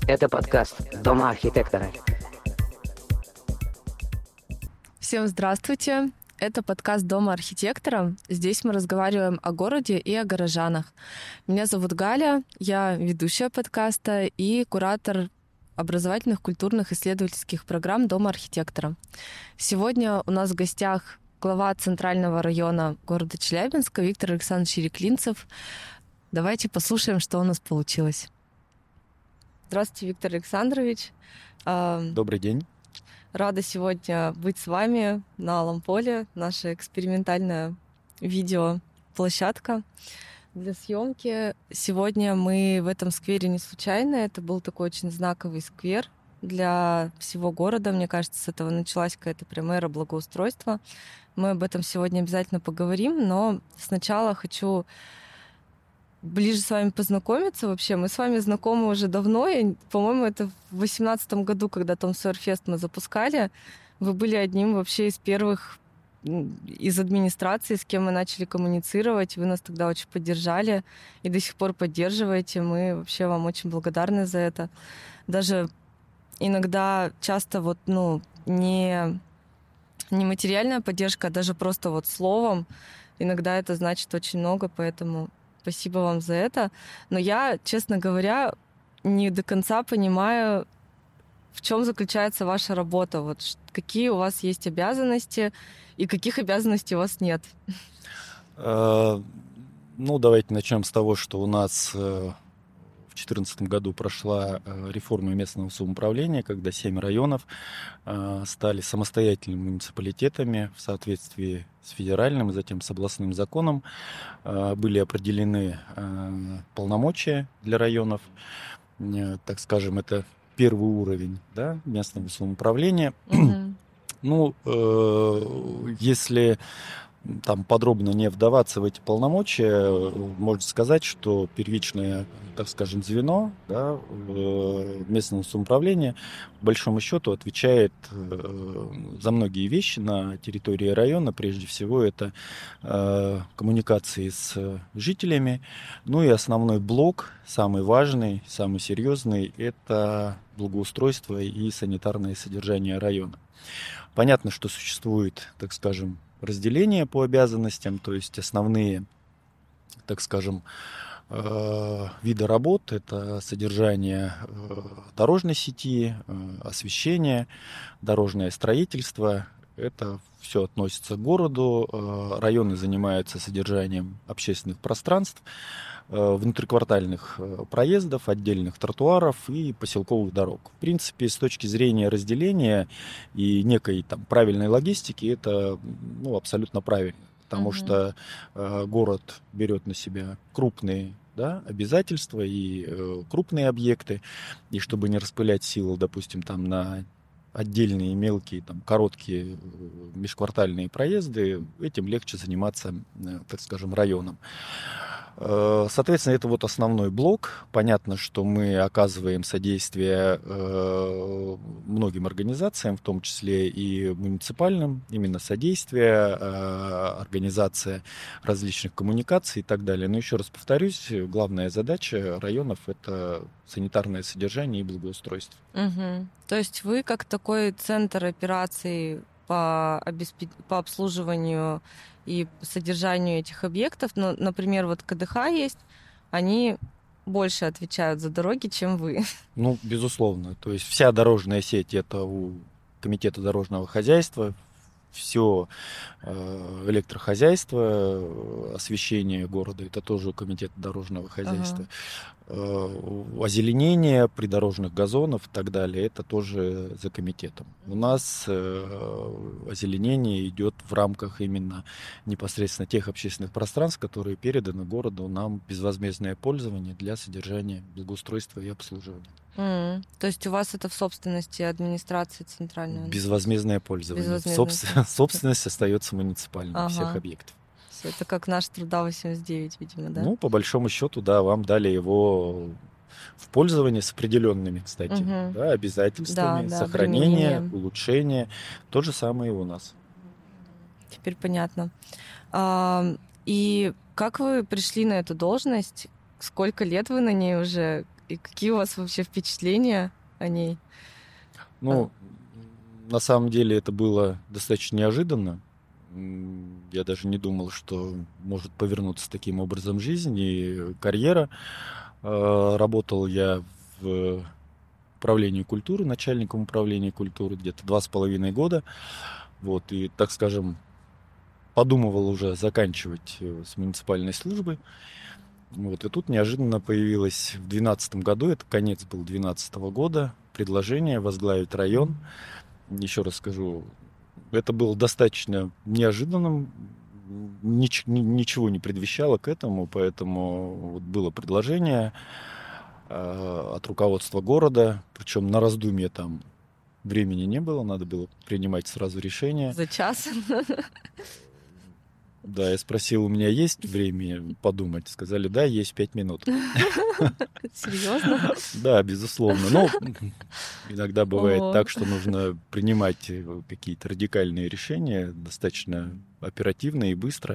Это подкаст «Дома архитектора». Всем здравствуйте! Это подкаст «Дома архитектора». Здесь мы разговариваем о городе и о горожанах. Меня зовут Галя, я ведущая подкаста и куратор образовательных, культурных, исследовательских программ «Дома архитектора». Сегодня у нас в гостях глава Центрального района города Челябинска Виктор Александрович Ереклинцев. Давайте послушаем, что у нас получилось. Здравствуйте, Виктор Александрович. Добрый день. Рада сегодня быть с вами на Ламполе, наша экспериментальная видеоплощадка для съемки. Сегодня мы в этом сквере не случайно. Это был такой очень знаковый сквер для всего города. Мне кажется, с этого началась какая-то прям эра благоустройства. Мы об этом сегодня обязательно поговорим, но сначала хочу ближе с вами познакомиться вообще. Мы с вами знакомы уже давно. По-моему, это в 2018 году, когда Том Сойер Фест мы запускали. Вы были одним вообще из первых из администрации, с кем мы начали коммуницировать. Вы нас тогда очень поддержали и до сих пор поддерживаете. Мы вообще вам очень благодарны за это. Даже иногда часто не материальная поддержка, а даже просто словом. Иногда это значит очень много, поэтому спасибо вам за это. Но я, честно говоря, не до конца понимаю, в чем заключается ваша работа. Какие у вас есть обязанности и каких обязанностей у вас нет? Давайте начнем с того, что у нас в 2014 году прошла реформа местного самоуправления, когда 7 районов стали самостоятельными муниципалитетами в соответствии с федеральным, затем с областным законом. Были определены полномочия для районов. Так скажем, это первый уровень, да, местного самоуправления. Если там подробно не вдаваться в эти полномочия, можно сказать, что первичное, так скажем, звено, да, местного самоуправления, по большому счету, отвечает за многие вещи на территории района. Прежде всего, это коммуникации с жителями. Ну и основной блок, самый важный, самый серьезный, это благоустройство и санитарное содержание района. Понятно, что существует, так скажем, разделение по обязанностям, то есть основные, так скажем, виды работ — это содержание дорожной сети, освещение, дорожное строительство. Это все относится к городу. Районы занимаются содержанием общественных пространств, внутриквартальных проездов, отдельных тротуаров и поселковых дорог. В принципе, с точки зрения разделения и некой там правильной логистики, это абсолютно правильно, потому что город берет на себя крупные, да, обязательства и крупные объекты, и чтобы не распылять силы, допустим, там на отдельные мелкие, там, короткие межквартальные проезды, этим легче заниматься, так скажем, районом. Соответственно, это основной блок. Понятно, что мы оказываем содействие многим организациям, в том числе и муниципальным, именно содействие, организация различных коммуникаций и так далее. Но еще раз повторюсь, главная задача районов — это санитарное содержание и благоустройство. Угу. То есть вы как такой центр операций по обслуживанию и содержанию этих объектов. Например, КДХ есть, они больше отвечают за дороги, чем вы. Безусловно. То есть вся дорожная сеть — это у Комитета дорожного хозяйства, все электрохозяйство, освещение города — это тоже у Комитета дорожного хозяйства. Озеленение придорожных газонов и так далее — это тоже за комитетом. У нас озеленение идет в рамках именно непосредственно тех общественных пространств, которые переданы городу нам в безвозмездное пользование для содержания, благоустройства и обслуживания. То есть у вас это в собственности администрации центральной? Безвозмездное пользование. Собственность остается муниципальной всех объектов. Это как наш Труда 89, видимо, да? По большому счету, да, вам дали его в пользование с определенными, кстати, да, обязательствами, сохранения, улучшения. То же самое и у нас. Теперь понятно. И как вы пришли на эту должность? Сколько лет вы на ней уже? и какие у вас вообще впечатления о ней? Ну, на самом деле это было достаточно неожиданно. Я даже не думал, что может повернуться таким образом жизнь и карьера. Работал я в управлении культуры, начальником управления культуры где-то 2,5 года. Вот, и, так скажем, подумывал уже заканчивать с муниципальной службой. Вот, и тут неожиданно появилось в 2012 году, это конец был 2012 года, предложение возглавить район. Еще раз скажу, это было достаточно неожиданным, ничего не предвещало к этому, поэтому вот было предложение от руководства города, причем на раздумье там времени не было, надо было принимать сразу решение. За час? Да, я спросил, у меня есть время подумать? Сказали, да, есть 5 минут. Серьезно? Да, безусловно. Но иногда бывает так, что нужно принимать какие-то радикальные решения достаточно оперативно и быстро.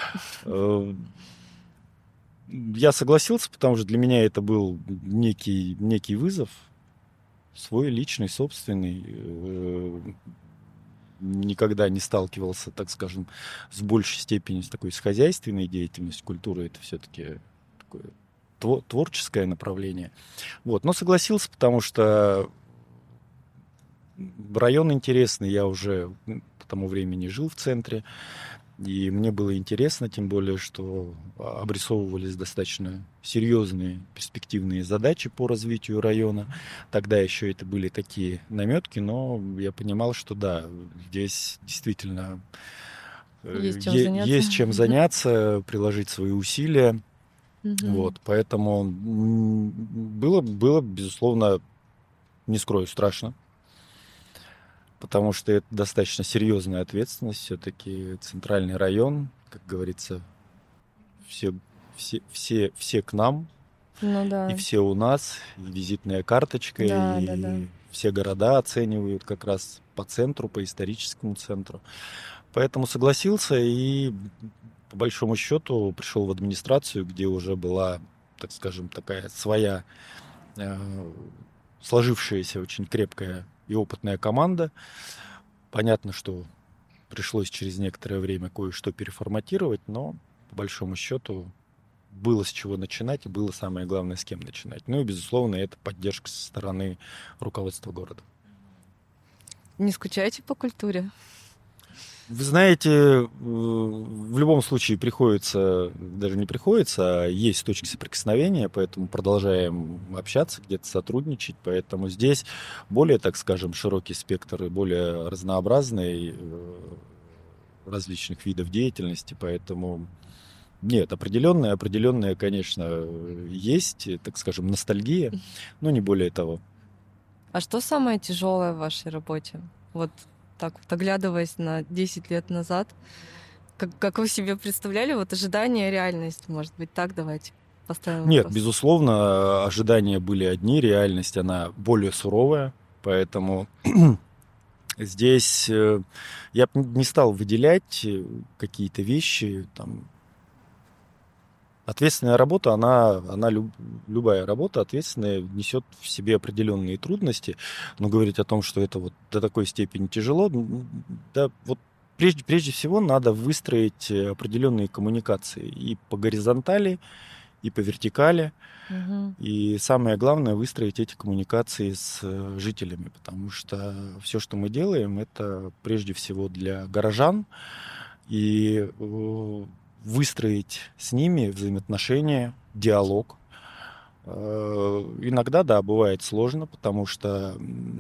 Я согласился, потому что для меня это был некий вызов, свой личный, собственный. Никогда не сталкивался, так скажем, с большей степенью с хозяйственной деятельностью. Культура — это все-таки такое творческое направление. Вот. Но согласился, потому что район интересный. Я уже к тому времени жил в центре. И мне было интересно, тем более, что обрисовывались достаточно серьезные перспективные задачи по развитию района. Тогда еще это были такие наметки, но я понимал, что да, здесь действительно есть чем заняться, приложить свои усилия. Вот, поэтому было, безусловно, не скрою, страшно. Потому что это достаточно серьезная ответственность. Все-таки центральный район, как говорится, все к нам, и все у нас, и визитная карточка, все города оценивают как раз по центру, по историческому центру. Поэтому согласился и, по большому счету, пришел в администрацию, где уже была, так скажем, такая своя сложившаяся очень крепкая и опытная команда. Понятно, что пришлось через некоторое время кое-что переформатировать, но по большому счету было с чего начинать, и было самое главное, с кем начинать. Ну и, безусловно, это поддержка со стороны руководства города. Не скучаете по культуре? Вы знаете, в любом случае даже не приходится, а есть точки соприкосновения, поэтому продолжаем общаться, где-то сотрудничать. Поэтому здесь более, так скажем, широкий спектр и более разнообразный различных видов деятельности. Поэтому нет, определенная, конечно, есть, так скажем, ностальгия, но не более того. А что самое тяжелое в вашей работе? Вот так вот, оглядываясь на 10 лет назад, как вы себе представляли, вот ожидания и реальность, может быть, так давайте поставим вопрос. Нет, безусловно, ожидания были одни, реальность, она более суровая, поэтому здесь я бы не стал выделять какие-то вещи, там. Ответственная работа, любая работа ответственная несет в себе определенные трудности, но говорить о том, что это вот до такой степени тяжело, да, вот прежде всего надо выстроить определенные коммуникации и по горизонтали, и по вертикали, и самое главное выстроить эти коммуникации с жителями, потому что все, что мы делаем, это прежде всего для горожан, и выстроить с ними взаимоотношения, диалог. Иногда, да, бывает сложно, потому что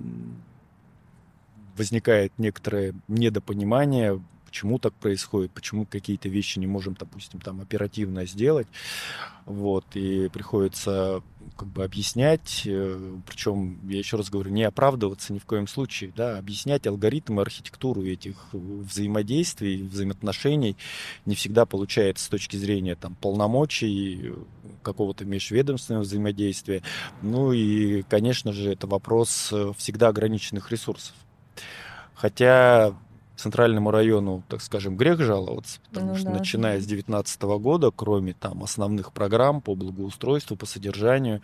возникает некоторое недопонимание, почему так происходит, почему какие-то вещи не можем, допустим, там оперативно сделать. Вот, и приходится как бы объяснять, причем, я еще раз говорю, не оправдываться ни в коем случае, да, объяснять алгоритмы, архитектуру этих взаимодействий, взаимоотношений не всегда получается с точки зрения там полномочий, какого-то межведомственного взаимодействия. Ну и, конечно же, это вопрос всегда ограниченных ресурсов. Хотя центральному району, так скажем, грех жаловаться, потому Ну что да. начиная с 2019 года, кроме там основных программ по благоустройству, по содержанию,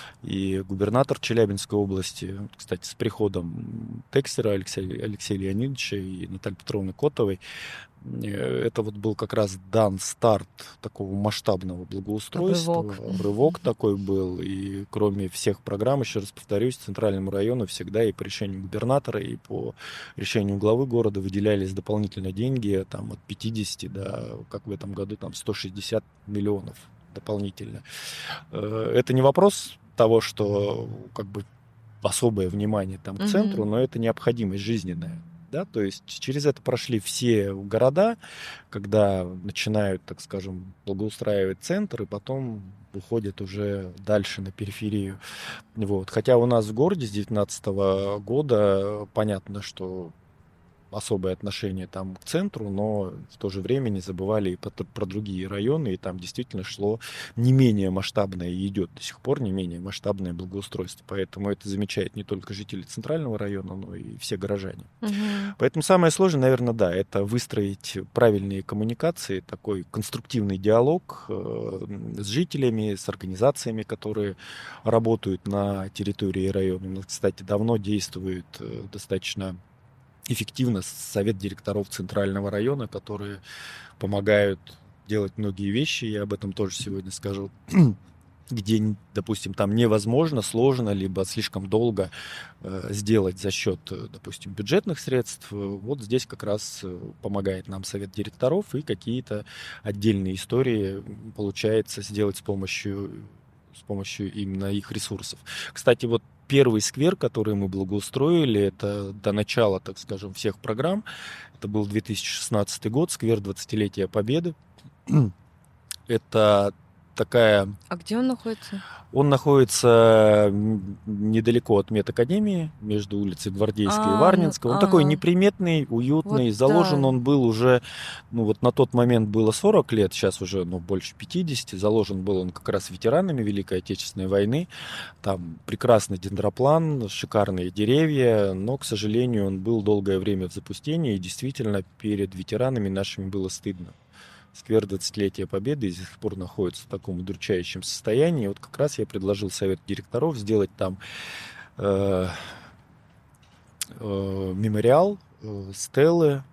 и губернатор Челябинской области, кстати, с приходом Текстера Алексея Леонидовича и Натальи Петровны Котовой, это вот был как раз дан старт такого масштабного благоустройства. Рывок такой был. И кроме всех программ, еще раз повторюсь, центральному району всегда и по решению губернатора, и по решению главы города выделялись дополнительные деньги там, от 50 до, как в этом году, там 160 миллионов дополнительно. Это не вопрос того, что как бы особое внимание там к центру, но это необходимость жизненная. Да, то есть через это прошли все города, когда начинают, так скажем, благоустраивать центр, и потом уходят уже дальше на периферию. Вот. Хотя у нас в городе с 2019 года понятно, что особое отношение там к центру, но в то же время не забывали и про другие районы, и там действительно шло не менее масштабное, и идет до сих пор не менее масштабное благоустройство. Поэтому это замечают не только жители центрального района, но и все горожане. Поэтому самое сложное, наверное, да, это выстроить правильные коммуникации, такой конструктивный диалог с жителями, с организациями, которые работают на территории района. У нас, кстати, давно действует достаточно эффективно совет директоров центрального района, которые помогают делать многие вещи, я об этом тоже сегодня скажу, где, допустим, там невозможно, сложно, либо слишком долго сделать за счет, допустим, бюджетных средств. Вот здесь как раз помогает нам совет директоров, и какие-то отдельные истории получается сделать с помощью именно их ресурсов. Кстати, вот первый сквер, который мы благоустроили, это до начала, так скажем, всех программ. Это был 2016 год, сквер 20-летия Победы. Это такая... А где он находится? Он находится недалеко от медакадемии, между улицей Гвардейской и Варнинской. Он такой неприметный, уютный. Вот заложен он был уже, ну вот на тот момент было 40 лет, сейчас уже больше 50. Заложен был он как раз ветеранами Великой Отечественной войны. Там прекрасный дендроплан, шикарные деревья, но, к сожалению, он был долгое время в запустении, и действительно перед ветеранами нашими было стыдно. Сквер 20-летия Победы до сих пор находится в таком удручающем состоянии. Вот как раз я предложил совет директоров сделать там мемориал, стелы,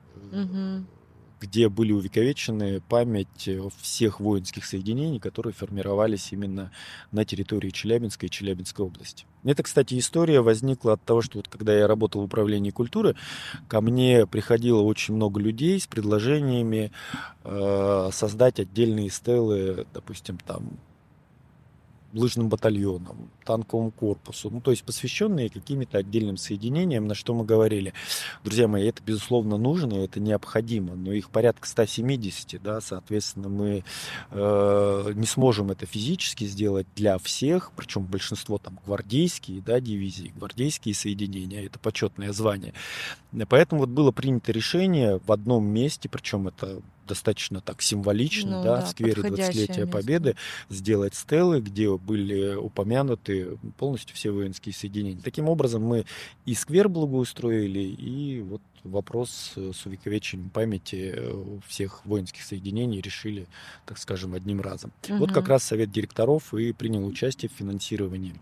где были увековечены память всех воинских соединений, которые формировались именно на территории Челябинской и Челябинской области. Это, кстати, история возникла от того, что вот когда я работал в управлении культуры, ко мне приходило очень много людей с предложениями создать отдельные стелы, допустим, там, лыжным батальонам, танковому корпусу, то есть посвященные каким-то отдельным соединениям, на что мы говорили. Друзья мои, это, безусловно, нужно, это необходимо, но их порядка 170, да, соответственно, мы не сможем это физически сделать для всех, причем большинство там гвардейские, да, дивизии, гвардейские соединения, это почетное звание. Поэтому вот было принято решение в одном месте, причем это достаточно так символично, в сквере 20-летия Победы сделать стелы, где были упомянуты полностью все воинские соединения. Таким образом, мы и сквер благоустроили, и вот вопрос с увековечением памяти всех воинских соединений решили, так скажем, одним разом. Вот как раз совет директоров и принял участие в финансировании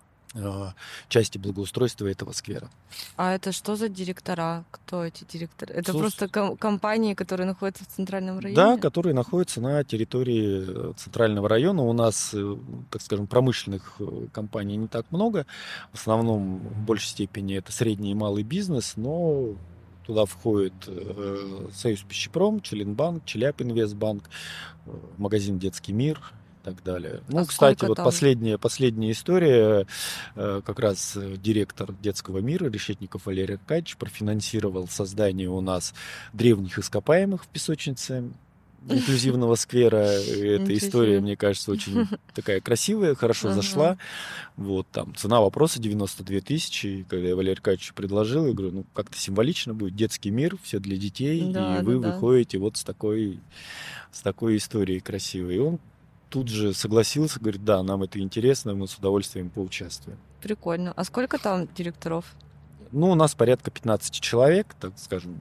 части благоустройства этого сквера. А это что за директора? Кто эти директоры? Это просто компании, которые находятся в центральном районе? Да, которые находятся на территории центрального района. У нас, так скажем, промышленных компаний не так много. В основном, в большей степени, это средний и малый бизнес, но туда входит Союз Пищепром, Челинбанк, Челябинвестбанк, магазин «Детский мир», и так далее. Кстати, вот последняя история, как раз директор «Детского мира» Решетников Валерий Аркадьевич профинансировал создание у нас древних ископаемых в песочнице инклюзивного сквера. Эта история, мне кажется, очень такая красивая, хорошо зашла. Вот, там цена вопроса 92 тысячи. Когда я Валерию Аркадьевичу предложил, я говорю, как-то символично будет «Детский мир», все для детей, и вы выходите вот с такой историей красивой. И он тут же согласился, говорит, да, нам это интересно, мы с удовольствием поучаствуем. Прикольно. А сколько там директоров? У нас порядка 15 человек, так скажем,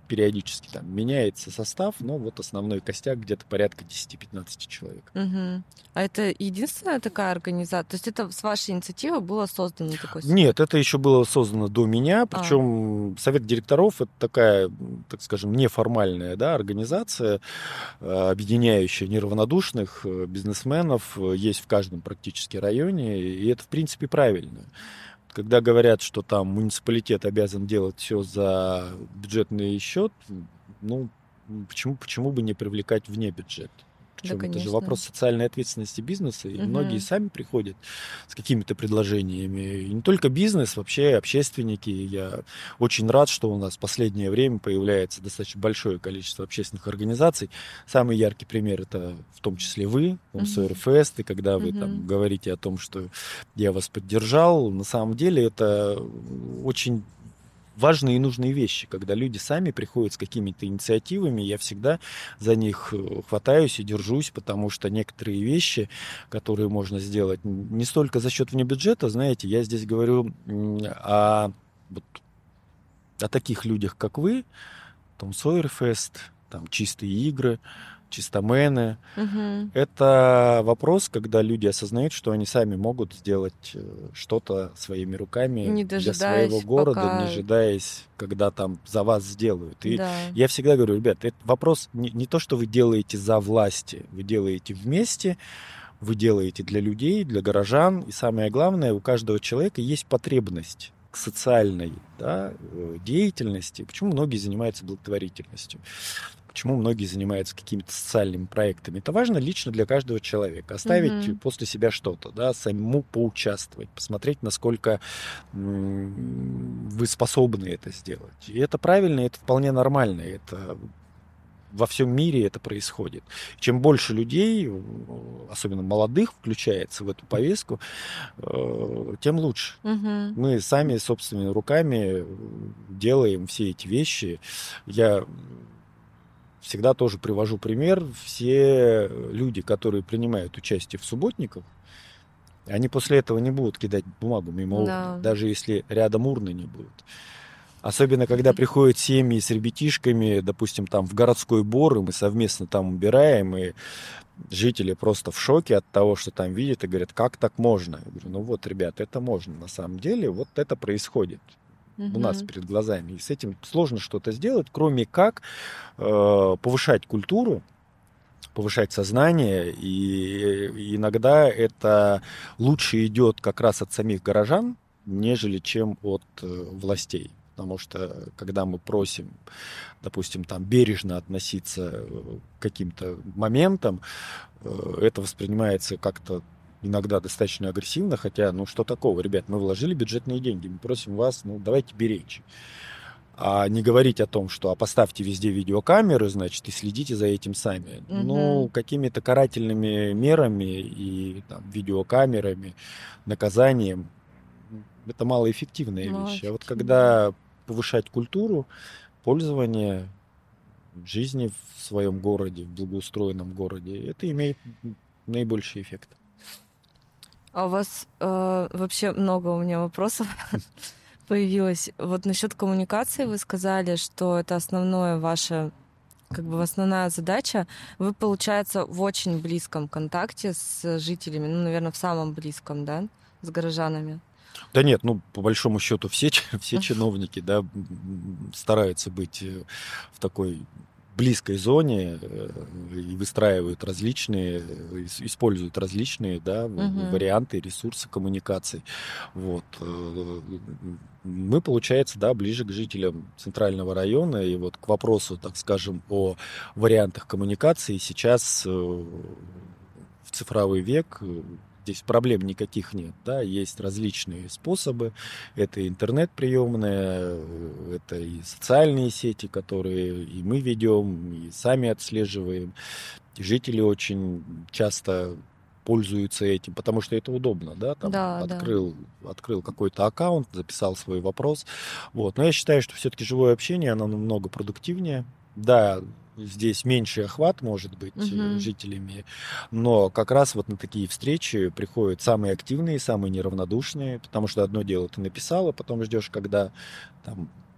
периодически там меняется состав, но вот основной костяк где-то порядка 10-15 человек. Мгм. А это единственная такая организация? То есть это с вашей инициативы было создано такой совет? Нет, это еще было создано до меня, А, причем совет директоров это такая, так скажем, неформальная, да, организация, объединяющая неравнодушных бизнесменов, есть в каждом практически районе, и это в принципе правильно. Когда говорят, что там муниципалитет обязан делать все за бюджетный счет, ну, почему бы не привлекать вне бюджета? да, Причем это же конечно. вопрос социальной ответственности бизнеса, и многие Мгм. сами приходят с какими-то предложениями. И не только бизнес, вообще общественники. Я очень рад, что у нас в последнее время появляется достаточно большое количество общественных организаций. Самый яркий пример это в том числе вы, Сойер Мгм. Фест, и когда вы там Мгм. говорите о том, что я вас поддержал, на самом деле это очень важные и нужные вещи, когда люди сами приходят с какими-то инициативами, я всегда за них хватаюсь и держусь, потому что некоторые вещи, которые можно сделать не столько за счет вне бюджета, знаете, я здесь говорю вот, о таких людях, как вы, Том Сойер Фест, там чистые игры, чистомены. Мгм. Это вопрос, когда люди осознают, что они сами могут сделать что-то своими руками Не для своего дожидаясь, города, не пока... ожидаясь, когда там за вас сделают. И Да. я всегда говорю, ребят, это вопрос не то, что вы делаете за власти, вы делаете вместе, вы делаете для людей, для горожан. И самое главное, у каждого человека есть потребность к социальной, да, деятельности. Почему многие занимаются благотворительностью? Почему многие занимаются какими-то социальными проектами? Это важно лично для каждого человека. Оставить Мгм. после себя что-то, да, самому поучаствовать, посмотреть, насколько вы способны это сделать. И это правильно, это вполне нормально. Это во всем мире это происходит. Чем больше людей, особенно молодых, включается в эту повестку, тем лучше. Мгм. Мы сами собственными руками делаем все эти вещи. Я всегда тоже привожу пример. Все люди, которые принимают участие в субботниках, они после этого не будут кидать бумагу мимо урны, Да. даже если рядом урны не будет. Особенно, когда приходят семьи с ребятишками, допустим, там в городской бор, и мы совместно там убираем, и жители просто в шоке от того, что там видят, и говорят, как так можно? Я говорю, ну вот, ребят, это можно на самом деле, вот это происходит у нас Мгм. перед глазами. И с этим сложно что-то сделать, кроме как повышать культуру, повышать сознание, и иногда это лучше идет как раз от самих горожан, нежели чем от властей. Потому что когда мы просим, допустим, там бережно относиться к каким-то моментам, это воспринимается как-то иногда достаточно агрессивно, хотя, ну что такого, ребят, мы вложили бюджетные деньги, мы просим вас, ну давайте беречь. А не говорить о том, что поставьте везде видеокамеры, значит, и следите за этим сами. Ну, Мгм. какими-то карательными мерами и там, видеокамерами, наказанием, это малоэффективная вещь. А вот Малоэффективно, да. когда повышать культуру пользования жизни в своем городе, в благоустроенном городе, это имеет наибольший эффект. А у вас вообще много у меня вопросов появилось. Вот насчет коммуникации вы сказали, что это основное ваше, как бы основная задача. Вы, получается, в очень близком контакте с жителями, ну, наверное, в самом близком, да, с горожанами. Да нет, ну, по большому счету, все чиновники, да, стараются быть в такой близкой зоне и выстраивают различные, используют различные, да, Мгм. варианты, ресурсы коммуникаций. Вот. Мы, получается, да, ближе к жителям центрального района, и вот к вопросу, так скажем, о вариантах коммуникации сейчас в цифровой век здесь проблем никаких нет, да, есть различные способы, это интернет-приемная, это и социальные сети, которые и мы ведем, и сами отслеживаем, и жители очень часто пользуются этим, потому что это удобно, да, там Да, да. открыл какой-то аккаунт, записал свой вопрос, вот, но я считаю, что все-таки живое общение, оно намного продуктивнее, да, здесь меньший охват может быть Мгм. жителями, но как раз вот на такие встречи приходят самые активные, самые неравнодушные, потому что одно дело ты написал, а потом ждешь, когда там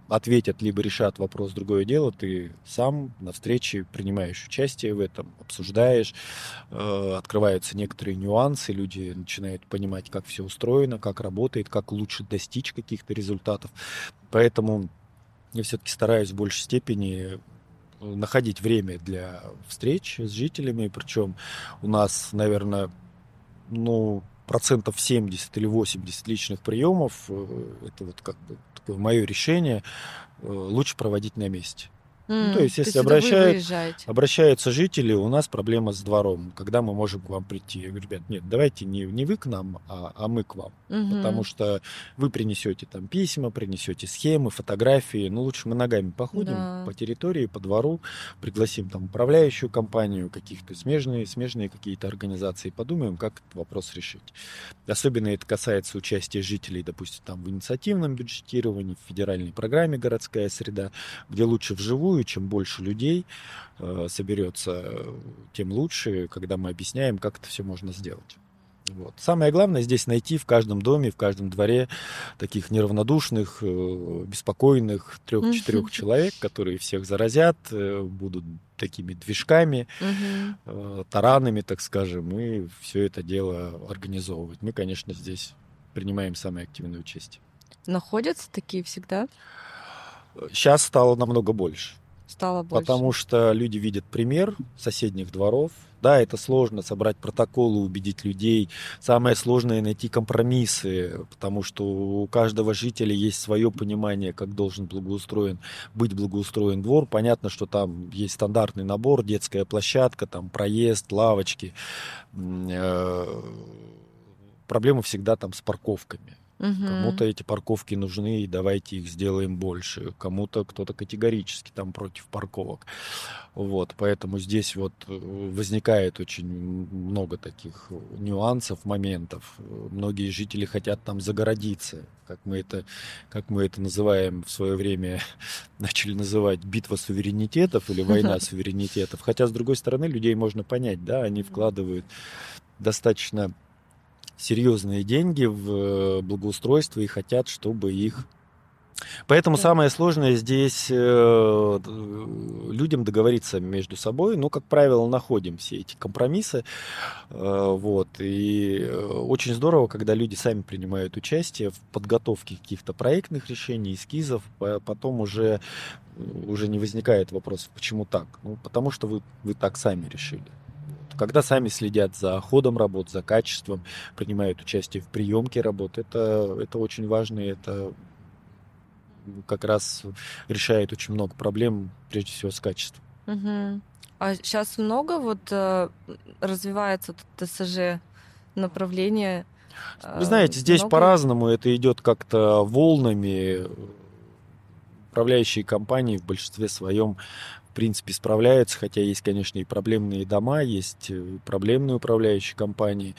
ответят, либо решат вопрос, другое дело, ты сам на встрече принимаешь участие в этом, обсуждаешь, открываются некоторые нюансы, люди начинают понимать, как все устроено, как работает, как лучше достичь каких-то результатов. Поэтому я все-таки стараюсь в большей степени находить время для встреч с жителями, причем у нас, наверное, ну, процентов 70 или 80 личных приемов, это вот как бы такое мое решение, лучше проводить на месте. Ну, то есть, То если есть это вы выезжаете? обращаются жители, у нас проблема с двором, когда мы можем к вам прийти. Я говорю, ребят, нет, давайте не вы к нам, а мы к вам. Потому Мгм. что вы принесете там письма, принесете схемы, фотографии. Ну, лучше мы ногами походим Да. по территории, по двору, пригласим там управляющую компанию, каких-то смежные какие-то организации, подумаем, как этот вопрос решить. Особенно это касается участия жителей, допустим, там в инициативном бюджетировании, в федеральной программе «Городская среда», где лучше вживую, чем больше людей соберется, тем лучше, когда мы объясняем, как это все можно сделать. Вот. Самое главное здесь найти в каждом доме, в каждом дворе таких неравнодушных, беспокойных 3-4 человек, которые всех заразят, будут такими движками, Мгм. таранами, так скажем, и все это дело организовывать. Мы, конечно, здесь принимаем самое активное участие. Находятся такие всегда? Сейчас стало намного больше. Стало Потому больше. что люди видят пример соседних дворов. Да, это сложно собрать протоколы, убедить людей. Самое сложное найти компромиссы, потому что у каждого жителя есть свое понимание, как должен быть благоустроен двор. Понятно, что там есть стандартный набор, детская площадка, там проезд, лавочки. Проблема всегда там с парковками. Кому-то Мгм. эти парковки нужны, и давайте их сделаем больше. Кто-то категорически там против парковок. Вот, поэтому здесь вот возникает очень много таких нюансов, моментов. Многие жители хотят там загородиться, как мы это называем в свое время, начали называть битва суверенитетов или война суверенитетов. Хотя, с другой стороны, людей можно понять, да, они вкладывают достаточно серьезные деньги в благоустройство и хотят, чтобы их... Поэтому Да. самое сложное здесь людям договориться между собой. Ну, как правило, находим все эти компромиссы. Вот. И очень здорово, когда люди сами принимают участие в подготовке каких-то проектных решений, эскизов. Потом уже не возникает вопросов, почему так. Ну, потому что вы так сами решили. Когда сами следят за ходом работ, за качеством, принимают участие в приемке работ, это очень важно, и это как раз решает очень много проблем, прежде всего, с качеством. Мгм. А сейчас много развивается вот ТСЖ направление? Вы знаете, здесь Много их? по-разному, это идет как-то волнами. Управляющие компании в большинстве своем, в принципе, справляются, хотя есть, конечно, и проблемные дома, есть проблемные управляющие компании.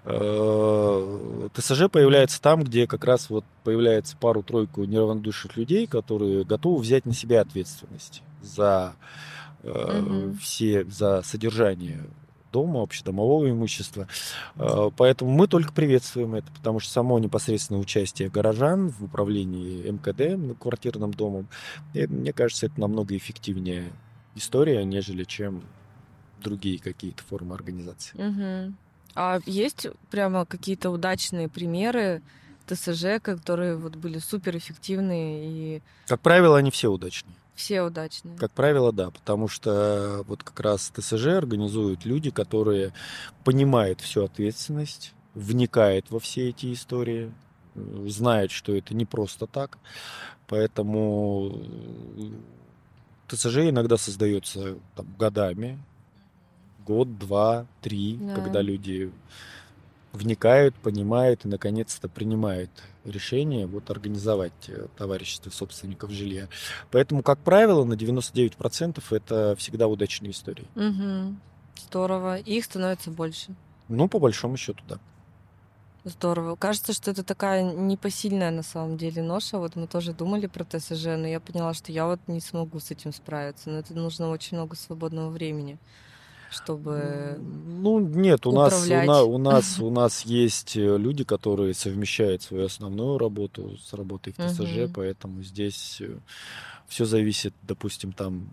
ТСЖ появляется там, где как раз вот появляется пару-тройку неравнодушных людей, которые готовы взять на себя ответственность за Мгм. за содержание дома, общедомового имущества. Поэтому мы только приветствуем это, потому что само непосредственное участие горожан в управлении МКД, квартирным домом, мне кажется, это намного эффективнее история, нежели чем другие какие-то формы организации. Мгм. А есть прямо какие-то удачные примеры ТСЖ, которые вот были суперэффективные и Как правило, они все удачные. все удачные? Как правило, да, потому что вот как раз ТСЖ организуют люди, которые понимают всю ответственность, вникают во все эти истории, знают, что это не просто так, поэтому ТСЖ иногда создается там, годами, год, два, три, когда Да. люди вникают, понимают и наконец-то принимают решение вот организовать товарищество собственников жилья. Поэтому, как правило, на 99% это всегда удачные истории. Мгм. Здорово. И их становится больше. Ну, по большому счету, да. Здорово. Кажется, что это такая непосильная на самом деле ноша. Вот мы тоже думали про ТСЖ, но я поняла, что я вот не смогу с этим справиться. Но это нужно очень много свободного времени. чтобы Ну, нет, управлять? у нас есть люди, которые совмещают свою основную работу с работой в ТСЖ, Мгм. поэтому здесь все зависит, допустим, там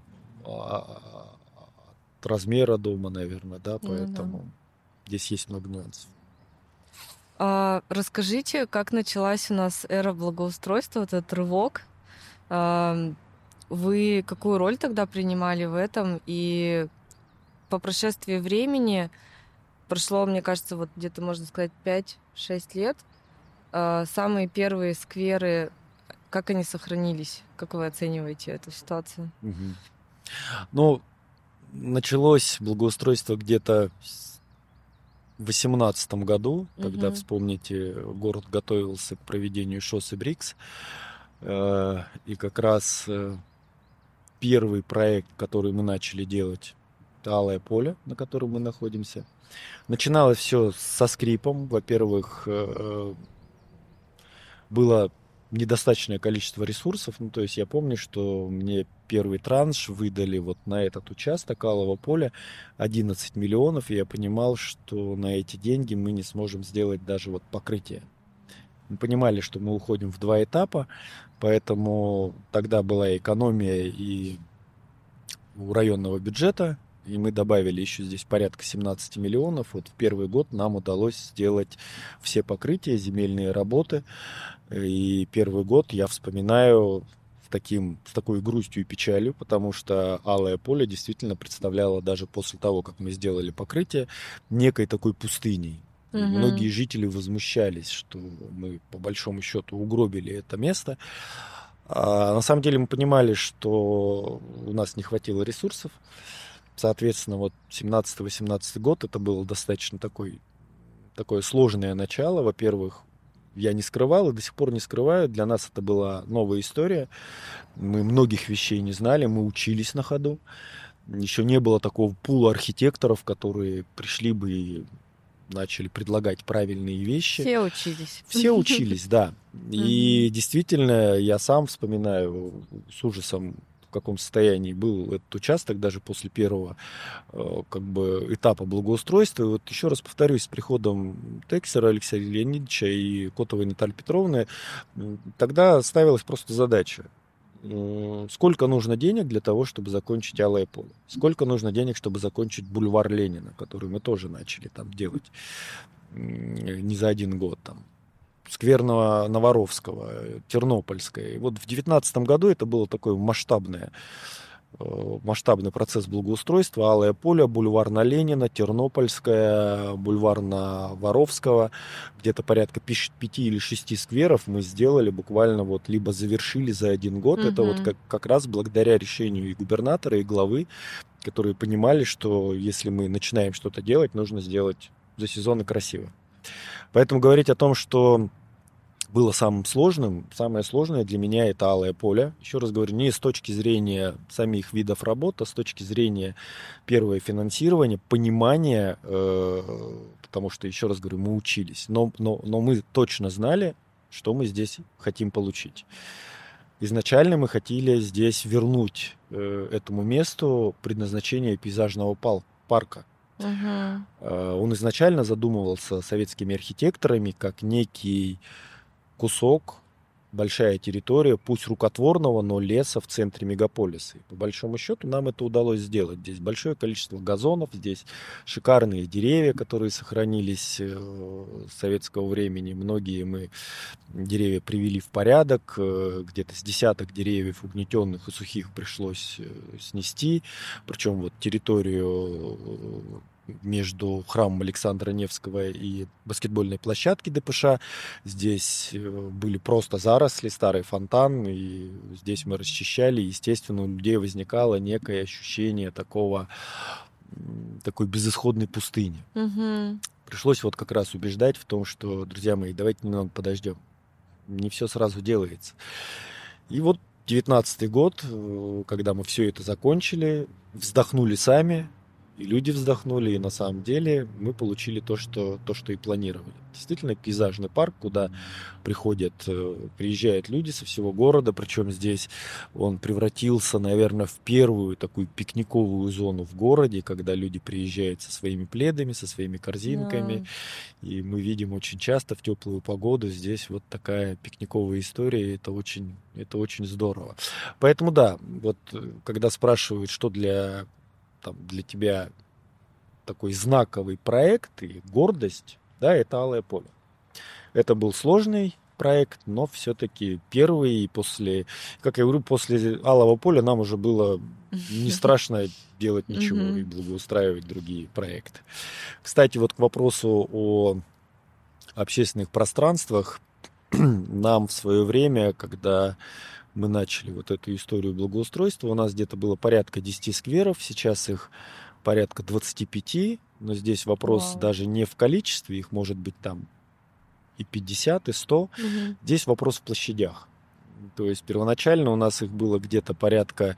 от размера дома, наверное, да, Ну да. поэтому здесь есть много нюансов. Расскажите, как началась у нас эра благоустройства, вот этот рывок. Ам, Вы какую роль тогда принимали в этом? И по прошествии времени, прошло, мне кажется, вот где-то, можно сказать, 5-6 лет, самые первые скверы, как они сохранились? Как вы оцениваете эту ситуацию? Мгм. Ну, началось благоустройство где-то в 2018 году, тогда, Мгм. вспомните, город готовился к проведению шоссе Брикс, и как раз первый проект, который мы начали делать, это Алое поле, на котором мы находимся. Начиналось все со скрипом. Во-первых, было недостаточное количество ресурсов. Ну, то есть я помню, что мне первый транш выдали вот на этот участок Алого поля 11 миллионов, и я понимал, что на эти деньги мы не сможем сделать даже вот покрытие. Мы понимали, что мы уходим в 2 этапа, поэтому тогда была экономия и у районного бюджета, и мы добавили еще здесь порядка 17 миллионов. Вот в первый год нам удалось сделать все покрытия, земельные работы. И первый год я вспоминаю с такой грустью и печалью, потому что Алое поле действительно представляло даже после того, как мы сделали покрытие, некой такой пустыней. И многие Мгм. жители возмущались, что мы по большому счету угробили это место. А на самом деле мы понимали, что у нас не хватило ресурсов. Соответственно, вот 17-18 год это было достаточно такое сложное начало. Во-первых, я не скрывал и до сих пор не скрываю. Для нас это была новая история. Мы многих вещей не знали, мы учились на ходу. Еще не было такого пула архитекторов, которые пришли бы и начали предлагать правильные вещи. Все учились. Все учились, да. И Мгм. действительно, я сам вспоминаю с ужасом, в каком состоянии был этот участок даже после первого как бы этапа благоустройства. И вот еще раз повторюсь, с приходом Тексера Алексея Леонидовича и Котовой Натальи Петровны тогда ставилась просто задача. Сколько нужно денег для того, чтобы закончить Алое поле? Сколько нужно денег, чтобы закончить бульвар Ленина, который мы тоже начали там делать не за один год там? Сквер Новоровского, Тернопольская. И вот в 2019 году это было такое масштабный процесс благоустройства. Алое поле, бульвар на Ленина, Тернопольская, бульвар на Воровского. Где-то порядка 5 или 6 скверов мы сделали буквально вот либо завершили за один год. Это вот Мгм. как раз благодаря решению и губернатора, и главы, которые понимали, что если мы начинаем что-то делать, нужно сделать за сезон и красиво. Поэтому говорить о том, что было самым сложным, самое сложное для меня это Алое поле. Еще раз говорю, не с точки зрения самих видов работ, а с точки зрения первого финансирования, понимания, потому что, еще раз говорю, мы учились, но мы точно знали, что мы здесь хотим получить. Изначально мы хотели здесь вернуть этому месту предназначение пейзажного парка. Мгм. Он изначально задумывался советскими архитекторами как некий кусок, большая территория, пусть рукотворного, но леса в центре мегаполиса. И по большому счету нам это удалось сделать. Здесь большое количество газонов, здесь шикарные деревья, которые сохранились с советского времени. Многие мы деревья привели в порядок. Где-то с десяток деревьев угнетенных и сухих пришлось снести. Причем вот территорию между храмом Александра Невского и баскетбольной площадки ДПШ. Здесь были просто заросли, старый фонтан, и здесь мы расчищали. Естественно, у людей возникало некое ощущение такой безысходной пустыни. Мгм. Пришлось вот как раз убеждать в том, что, друзья мои, давайте немного подождем. Не все сразу делается. И вот 19-й год, когда мы все это закончили, вздохнули сами, и люди вздохнули, и на самом деле мы получили то, что и планировали. Действительно, пейзажный парк, куда приезжают люди со всего города, причем здесь он превратился, наверное, в первую такую пикниковую зону в городе, когда люди приезжают со своими пледами, со своими корзинками, Да. и мы видим очень часто в теплую погоду здесь вот такая пикниковая история, и это очень здорово. Поэтому да, вот когда спрашивают, что для тебя такой знаковый проект и гордость, да, это «Алое поле». Это был сложный проект, но все-таки первый, и как я говорю, после «Алого поля» нам уже было не страшно делать ничего и Мгм. благоустраивать другие проекты. Кстати, вот к вопросу о общественных пространствах, нам в свое время, когда мы начали вот эту историю благоустройства, у нас где-то было порядка 10 скверов, сейчас их порядка 25, но здесь вопрос Вау. даже не в количестве, их может быть там и 50, и 100. Мгм. Здесь вопрос в площадях. То есть первоначально у нас их было где-то порядка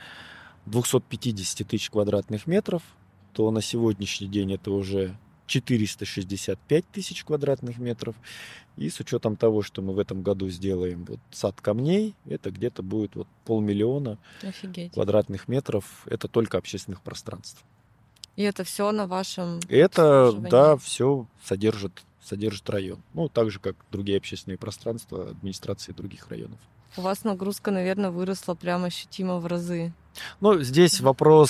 250 тысяч квадратных метров, то на сегодняшний день это уже 465 тысяч квадратных метров. И с учетом того, что мы в этом году сделаем вот сад камней, это где-то будет вот 500 000 Офигеть. квадратных метров. Это только общественных пространств. И это все на вашем Это, да, обслуживании? все содержит район. Ну, так же, как другие общественные пространства администрации других районов. У вас нагрузка, наверное, выросла прям ощутимо в разы. Ну, здесь вопрос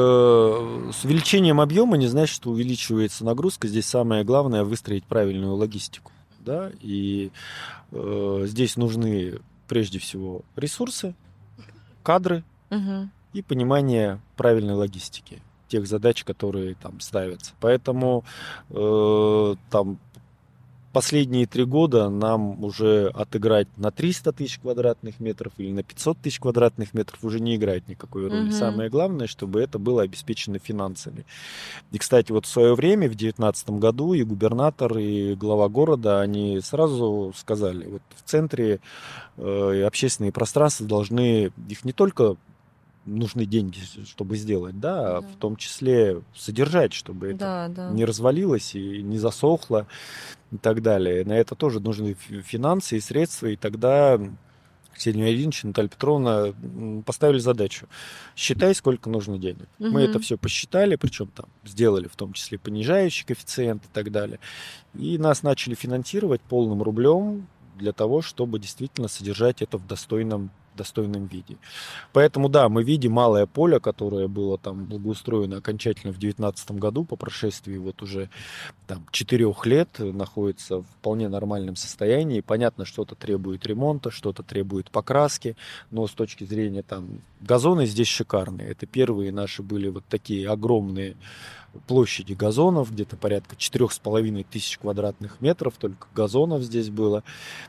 с увеличением объема не значит, что увеличивается нагрузка. Здесь самое главное выстроить правильную логистику. Да? И здесь нужны прежде всего ресурсы, кадры Мгм. и понимание правильной логистики тех задач, которые там ставятся. Поэтому там последние 3 года нам уже отыграть на 300 тысяч квадратных метров или на 500 тысяч квадратных метров уже не играет никакой роли. Мгм. Самое главное, чтобы это было обеспечено финансами. И, кстати, вот в свое время, в 2019 году, и губернатор, и глава города, они сразу сказали, вот в центре общественные пространства должны, их не только нужны деньги, чтобы сделать, да, а Да. в том числе содержать, чтобы это Да, да. не развалилось и не засохло и так далее. На это тоже нужны финансы и средства, и тогда Ксения Ильинична, Наталья Петровна поставили задачу: считай, сколько нужно денег. Мы это Мгм. все посчитали, причем там сделали в том числе понижающий коэффициент и так далее. И нас начали финансировать полным рублем для того, чтобы действительно содержать это в достойном виде. Поэтому, да, мы видим малое поле, которое было там благоустроено окончательно в 2019 году, по прошествии вот уже там 4 лет, находится в вполне нормальном состоянии. Понятно, что-то требует ремонта, что-то требует покраски, но с точки зрения там газоны здесь шикарные. Это первые наши были вот такие огромные площади газонов, где-то порядка 4500 квадратных метров только газонов здесь было.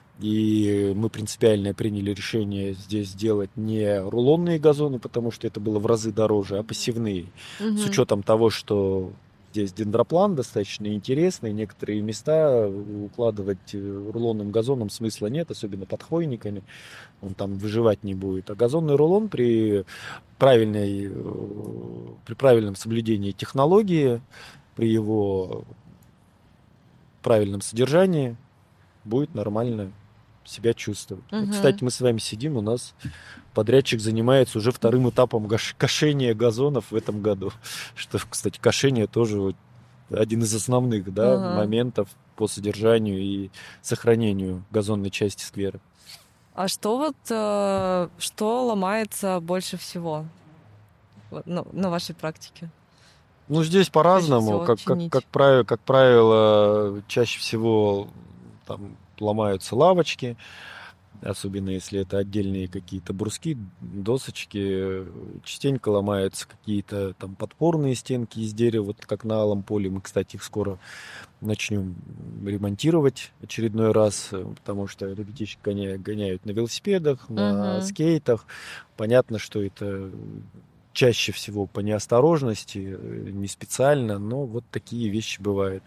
И мы принципиально приняли решение здесь сделать не рулонные газоны, потому что это было в разы дороже, а посевные. С Мгм. учетом того, что здесь дендроплан достаточно интересный, некоторые места укладывать рулонным газоном смысла нет, особенно под хвойниками, он там выживать не будет. А газонный рулон при правильном соблюдении технологии, при его правильном содержании будет нормально себя чувствовать. Вот, Мгм. кстати, мы с вами сидим, у нас подрядчик занимается уже вторым этапом кошения газонов в этом году. Что, кстати, кошение тоже вот один из основных, да, Ага. моментов по содержанию и сохранению газонной части сквера. А что вот, что ломается больше всего вот, на вашей практике? Ну, здесь Чаще по-разному. всего чинить. Как правило, чаще всего там ломаются лавочки, особенно если это отдельные какие-то бруски, досочки. Частенько ломаются какие-то там подпорные стенки из дерева, вот как на Алом поле. Мы, кстати, их скоро начнем ремонтировать очередной раз, потому что ребятишки гоняют на велосипедах, на Мгм. скейтах. Понятно, что это чаще всего по неосторожности, не специально, но вот такие вещи бывают.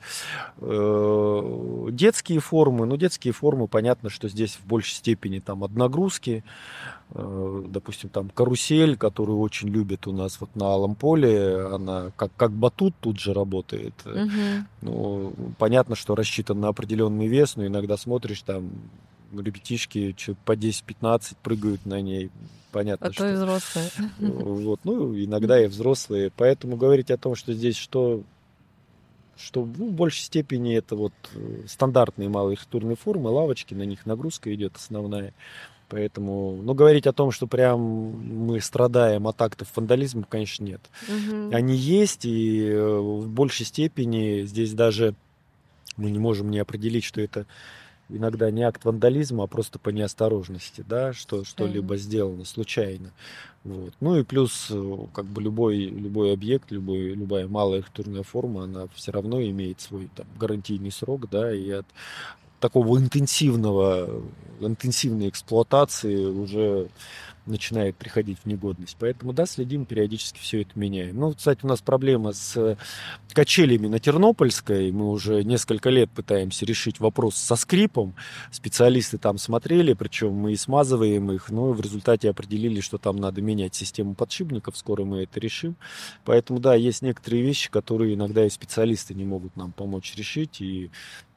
Детские формы, понятно, что здесь в большей степени там одногрузки, допустим, там карусель, которую очень любят у нас вот на Алом поле, она как батут тут же работает. Мгм. Ну, понятно, что рассчитан на определенный вес, но иногда смотришь, там ребятишки по 10-15 прыгают на ней. Понятно, А то и что взрослые. вот, ну, иногда и взрослые. Поэтому говорить о том, что здесь что в большей степени это вот стандартные малые архитектурные формы, лавочки, на них нагрузка идет основная. Поэтому, ну, говорить о том, что прям мы страдаем от актов вандализма, конечно, нет. Мгм. Они есть, и в большей степени здесь даже мы не можем не определить, что это иногда не акт вандализма, а просто по неосторожности, да, что что-либо Правильно. сделано случайно. Вот. Ну и плюс, как бы любой объект, любая малая архитектурная форма, она все равно имеет свой там гарантийный срок, да, и от такого интенсивной эксплуатации уже начинает приходить в негодность. Поэтому, да, следим, периодически все это меняем. Ну, кстати, у нас проблема с качелями на Тернопольской. Мы уже несколько лет пытаемся решить вопрос со скрипом. Специалисты там смотрели, причем мы и смазываем их, но в результате определили, что там надо менять систему подшипников. Скоро мы это решим. Поэтому, да, есть некоторые вещи, которые иногда и специалисты не могут нам помочь решить, и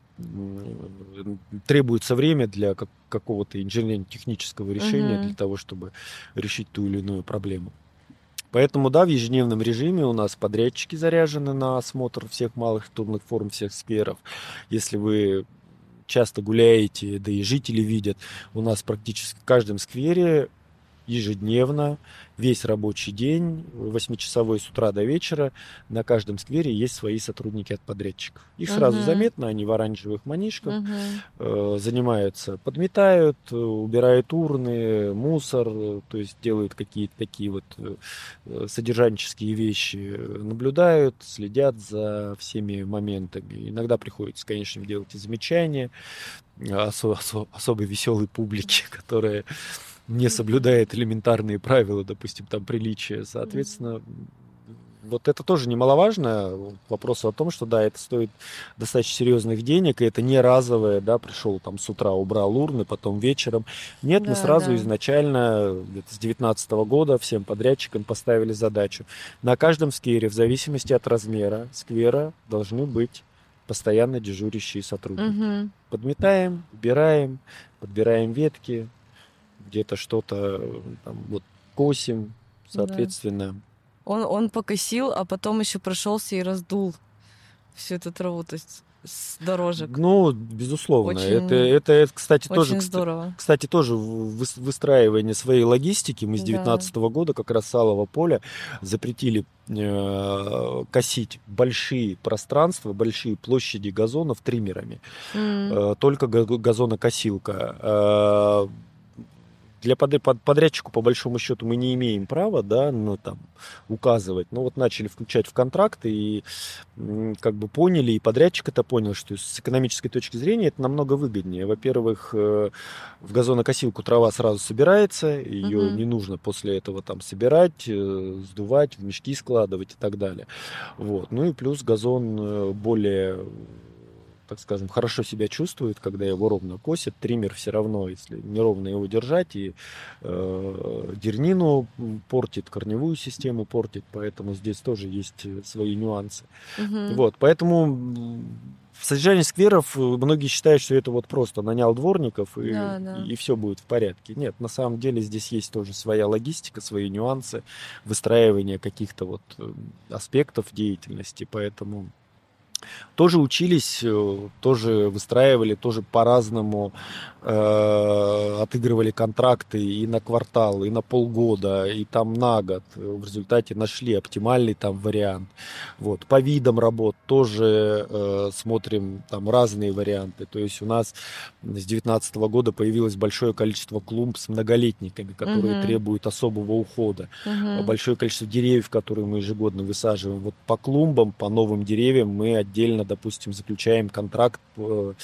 требуется время для какого-то инженерно-технического решения для Мгм. того, чтобы решить ту или иную проблему. Поэтому, да, в ежедневном режиме у нас подрядчики заряжены на осмотр всех малых архитектурных форм, всех скверов. Если вы часто гуляете, да и жители видят, у нас практически в каждом сквере ежедневно, весь рабочий день, 8-часовой с утра до вечера, на каждом сквере есть свои сотрудники от подрядчиков. Их сразу Мгм. заметно, они в оранжевых манишках, Мгм. занимаются, подметают, убирают урны, мусор, то есть делают какие-то такие вот содержанческие вещи, наблюдают, следят за всеми моментами. Иногда приходится, конечно, делать и замечания особо веселой публики, которая не соблюдает элементарные правила, допустим, там приличия. Мгм. Соответственно, вот это тоже немаловажно. Вопрос о том, что да, это стоит достаточно серьезных денег, и это не разовое, да, пришел там с утра, убрал урны, потом вечером. Нет, мы Да, сразу да. изначально, где-то с 2019 года, всем подрядчикам поставили задачу. На каждом сквере, в зависимости от размера сквера, должны быть постоянно дежурящие сотрудники. Мгм. Подметаем, убираем, подбираем ветки, где-то что-то там вот косим, Да. соответственно. Он покосил, а потом еще прошелся и раздул всю эту траву, то есть с дорожек. Ну, безусловно, Очень, кстати, тоже, очень здорово. кстати, тоже выстраивание своей логистики. Мы с Да. 2019 года как раз с Алого поля запретили косить большие пространства, большие площади газонов триммерами. М. Только газонокосилка. Для подрядчику, по большому счету, мы не имеем права, да, ну, там, указывать. Ну, вот начали включать в контракты и как бы поняли, и подрядчик это понял, что с экономической точки зрения это намного выгоднее. Во-первых, в газонокосилку трава сразу собирается, ее Мгм. не нужно после этого там собирать, сдувать, в мешки складывать и так далее. Вот. Ну и плюс газон более, так скажем, хорошо себя чувствует, когда его ровно косят. Триммер все равно, если неровно его держать, и дернину портит, корневую систему портит, поэтому здесь тоже есть свои нюансы. Мгм. Вот, поэтому в содержании скверов многие считают, что это вот просто нанял дворников Да, да. и все будет в порядке. Нет, на самом деле здесь есть тоже своя логистика, свои нюансы выстраивания каких-то вот аспектов деятельности, поэтому тоже учились, тоже выстраивали, тоже по-разному отыгрывали контракты и на квартал, и на полгода, и там на год. В результате нашли оптимальный там вариант. Вот. По видам работ тоже смотрим там разные варианты. То есть у нас с 2019 года появилось большое количество клумб с многолетниками, которые Мгм. требуют особого ухода. Мгм. Большое количество деревьев, которые мы ежегодно высаживаем. Вот по клумбам, по новым деревьям мы отдельно, допустим, заключаем контракт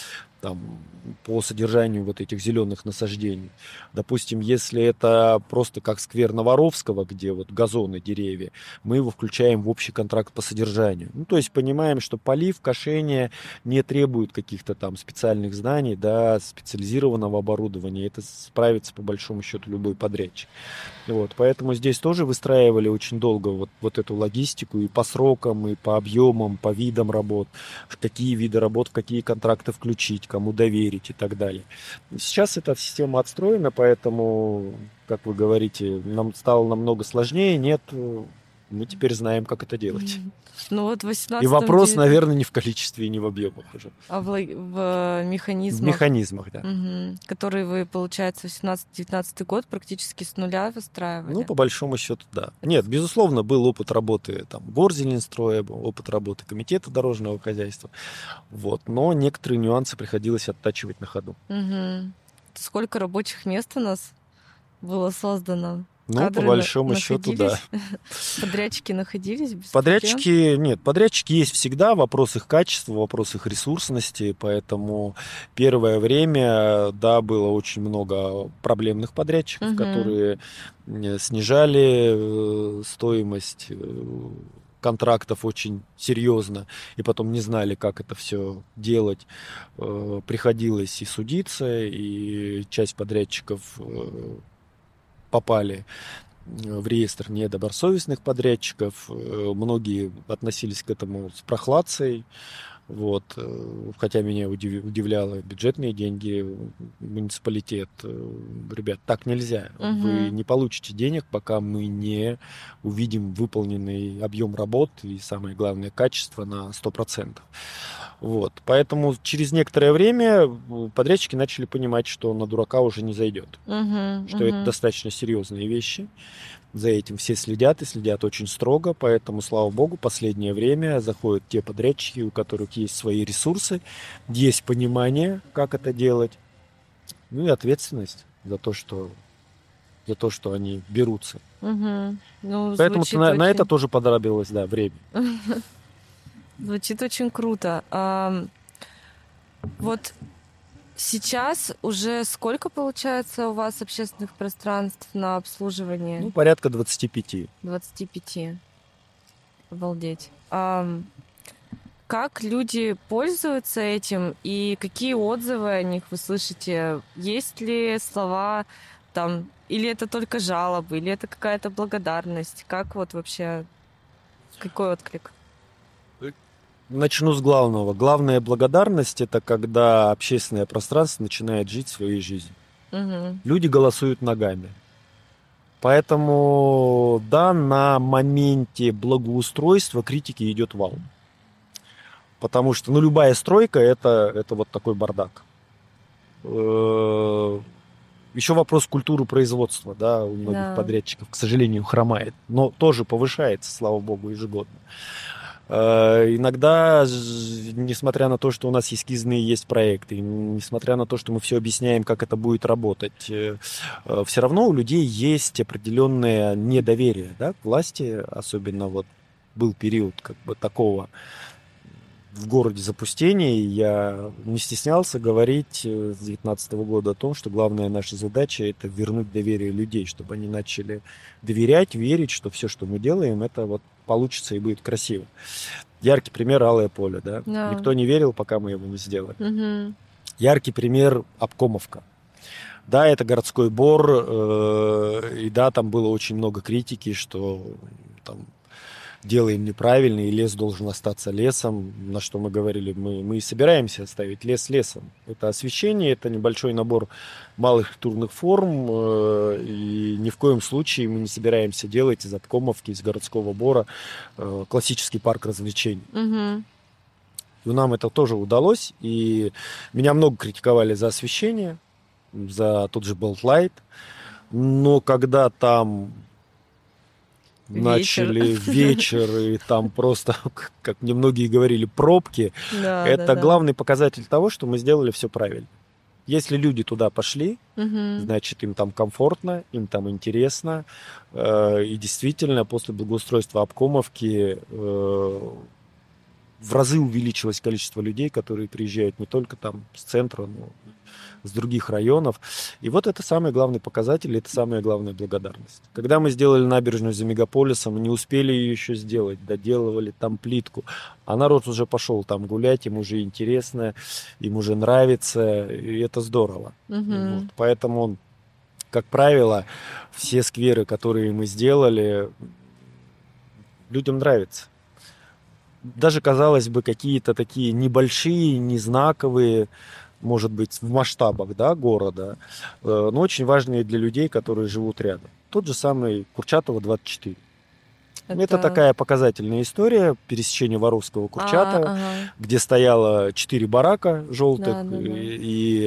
там, по содержанию вот этих зеленых насаждений. Допустим, если это просто как сквер Новоровского, где вот газоны, деревья, мы его включаем в общий контракт по содержанию. Ну, то есть понимаем, что полив, кошение не требуют каких-то там специальных знаний, да, специализированного оборудования. Это справится по большому счету любой подрядчик. Вот, поэтому здесь тоже выстраивали очень долго вот эту логистику и по срокам, и по объемам, по видам работ, какие виды работ, в какие контракты включить, кому доверить и так далее. Сейчас эта система отстроена, поэтому, как вы говорите, нам стало намного сложнее. Нет, мы теперь знаем, как это делать. Ну вот в 18 И вопрос, наверное, не в количестве и не в объемах уже. А в механизмах? В механизмах, да. Которые вы, получается, 18-19 год практически с нуля выстраивали? Ну, по большому счету, да. Нет, безусловно, был опыт работы там Горзеленстроя, был опыт работы Комитета дорожного хозяйства. Вот. Но некоторые нюансы приходилось оттачивать на ходу. Сколько рабочих мест у нас было создано? Ну, Кадры по большому счету, да. Подрядчики находились? Без Подрядчики, нет, подрядчики есть всегда, вопрос их качества, вопрос их ресурсности, поэтому первое время, да, было очень много проблемных подрядчиков, которые снижали стоимость контрактов очень серьезно, и потом не знали, как это все делать. Приходилось и судиться, и часть подрядчиков попали в реестр недобросовестных подрядчиков. Многие относились к этому с прохладцей. Вот. Хотя меня удивляло бюджетные деньги, муниципалитет. Ребят, так нельзя. Вы не получите денег, пока мы не увидим выполненный объем работ и, самое главное, качество на 100%. Вот. Поэтому через некоторое время подрядчики начали понимать, что на дурака уже не зайдет. Что это достаточно серьезные вещи. За этим все следят и следят очень строго, поэтому, слава богу, последнее время заходят те подрядчики, у которых есть свои ресурсы, есть понимание, как это делать, ну и ответственность за то, что они берутся. Ну, поэтому на это тоже понадобилось, да, время. Звучит очень круто. Вот сейчас уже сколько, получается, у вас общественных пространств на обслуживание? Ну, порядка 25. 25. Обалдеть. Как люди пользуются этим и какие отзывы о них вы слышите? Есть ли слова там, или это только жалобы, или это какая-то благодарность? Как вот вообще, какой отклик? Начну с главного. Главная благодарность – это когда общественное пространство начинает жить своей жизнью. Люди голосуют ногами. Поэтому, да, на моменте благоустройства критики идет вал. Потому что, любая стройка – это вот такой бардак. Еще вопрос культуры производства, да, у многих подрядчиков, к сожалению, хромает. Но тоже повышается, слава богу, ежегодно. Иногда, несмотря на то, что у нас эскизные есть проекты, несмотря на то, что мы все объясняем, как это будет работать, все равно у людей есть определенное недоверие, да, к власти. Особенно вот был период как бы такого в городе запустения. Я не стеснялся говорить с 2019 года о том, что главная наша задача – это вернуть доверие людей, чтобы они начали доверять, верить, что все, что мы делаем, это вот получится и будет красиво. Яркий пример – Алое поле. Да? Никто не верил, пока мы его не сделали. Яркий пример – Обкомовка. Да, это городской бор, и да, там было очень много критики, что там делаем неправильно, и лес должен остаться лесом, на что мы говорили, мы и собираемся оставить лес лесом. Это освещение, это небольшой набор малых архитектурных форм, и ни в коем случае мы не собираемся делать из Обкомовки, из городского бора классический парк развлечений. И нам это тоже удалось, и меня много критиковали за освещение, за тот же Beltlight, но когда там начали вечер, и там просто, как мне многие говорили, пробки. Это главный показатель того, что мы сделали все правильно. Если люди туда пошли, значит, им там комфортно, им там интересно. И действительно, после благоустройства Обкомовки в разы увеличилось количество людей, которые приезжают не только там с центра, но с других районов. И вот это самый главный показатель, это самая главная благодарность. Когда мы сделали набережную за мегаполисом, не успели ее еще сделать, доделывали там плитку, а народ уже пошел там гулять, им уже интересно, им уже нравится, и это здорово. Мгм. Вот. Поэтому, как правило, все скверы, которые мы сделали, людям нравится. Даже, казалось бы, какие-то такие небольшие, незнаковые, может быть, в масштабах, да, города, но очень важные для людей, которые живут рядом. Тот же самый Курчатова 24. Это Это... такая показательная история пересечения Воровского Курчатова, Ага. где стояло 4 барака желтых, Да. и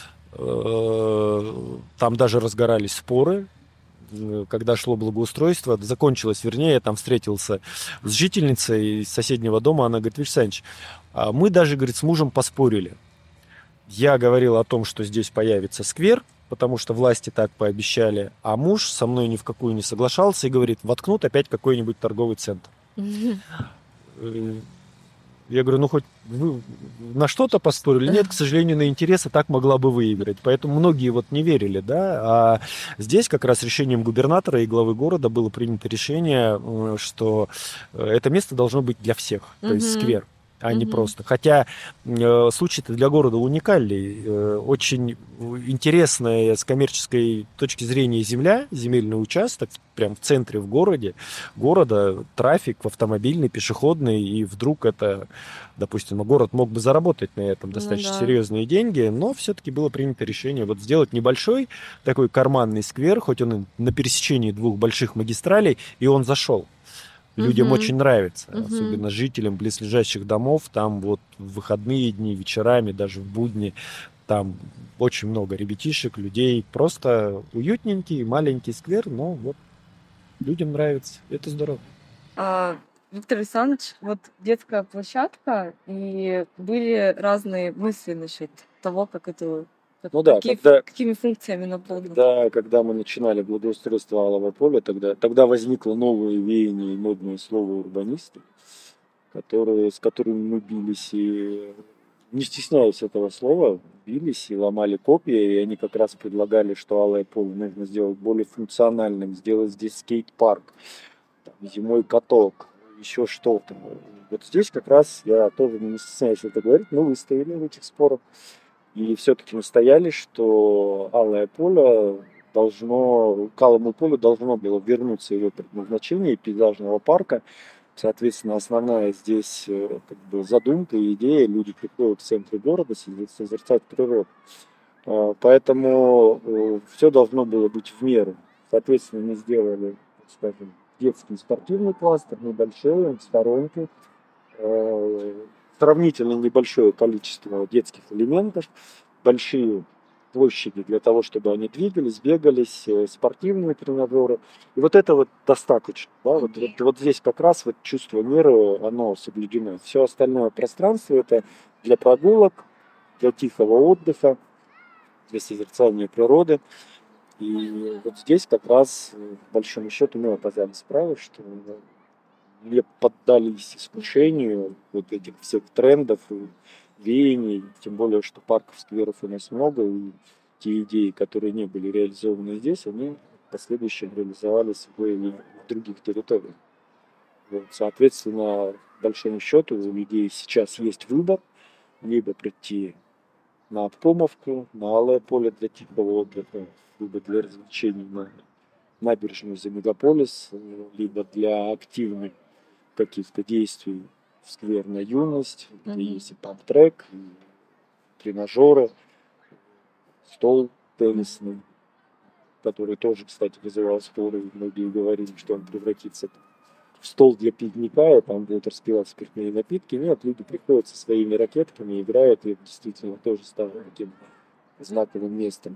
там даже разгорались споры, когда шло благоустройство. Закончилось, вернее, я там встретился с жительницей из соседнего дома, она говорит: Вячеслав Александрович, мы даже, говорит, с мужем поспорили. Я говорил о том, что здесь появится сквер, потому что власти так пообещали, а муж со мной ни в какую не соглашался и говорит: воткнут опять какой-нибудь торговый центр. Я говорю: ну хоть вы на что-то поспорили? Нет, к сожалению, на интересы так могла бы выиграть. Поэтому многие вот не верили, да. А здесь как раз решением губернатора и главы города было принято решение, что это место должно быть для всех, то есть сквер, а не просто. Хотя случай-то для города уникальный. Очень интересная с коммерческой точки зрения земля, земельный участок, прям в центре в города, трафик автомобильный, пешеходный, и вдруг это, допустим, город мог бы заработать на этом достаточно серьезные деньги, но все-таки было принято решение вот сделать небольшой такой карманный сквер, хоть он и на пересечении двух больших магистралей, и он зашел. Людям очень нравится, особенно жителям близлежащих домов, там вот в выходные дни, вечерами, даже в будни, там очень много ребятишек, людей, просто уютненький, маленький сквер, но вот людям нравится, это здорово. Виктор Александрович, вот детская площадка, и были разные мысли насчет того, как это... какими функциями наполнено. Когда мы начинали благоустройство Алого поля, тогда возникло новое веяние и модное слово урбанисты, с которыми мы бились и, не стесняясь этого слова, бились и ломали копья, и они как раз предлагали, что Алое поле нужно сделать более функциональным, сделать здесь скейт-парк, зимой каток, еще что-то. Вот здесь как раз, я тоже не стесняюсь это говорить, мы выстояли в этих спорах. И все-таки настояли, что Алое поле к Алому полю должно было вернуться его предназначение пейзажного парка. Соответственно, основная здесь задумка и идея: люди приходят в центр города созерцать природу. Поэтому все должно было быть в меру. Соответственно, мы сделали, скажем, детский спортивный кластер, небольшой, в сторонке. Сравнительно небольшое количество детских элементов, большие площади для того, чтобы они двигались, бегались, спортивные тренажеры. И вот это вот достаточно. Да? Вот здесь как раз вот чувство меры, оно соблюдено. Все остальное пространство это для прогулок, для тихого отдыха, для созерцания природы. И вот здесь как раз, по большому счету, мы оказались правы, что не поддались искушению вот этих всех трендов и веяний, тем более, что парков, скверов у нас много, и те идеи, которые не были реализованы здесь, они в последующем реализовались в других территориях. Вот, соответственно, по большому счету у людей сейчас есть выбор: либо прийти на Обкомовку, на Алое поле для тихого отдыха, либо для развлечений на набережную за Мегаполис, либо для активных каких-то действий в сквер на Юность, где есть и памп-трек, и тренажеры, стол теннисный, который тоже, кстати, вызывал споры. Многие говорили, что он превратится в стол для пикника, и там будут распивать спиртные напитки. Нет, люди приходят со своими ракетками, играют, и это действительно тоже стало таким знаковым местом.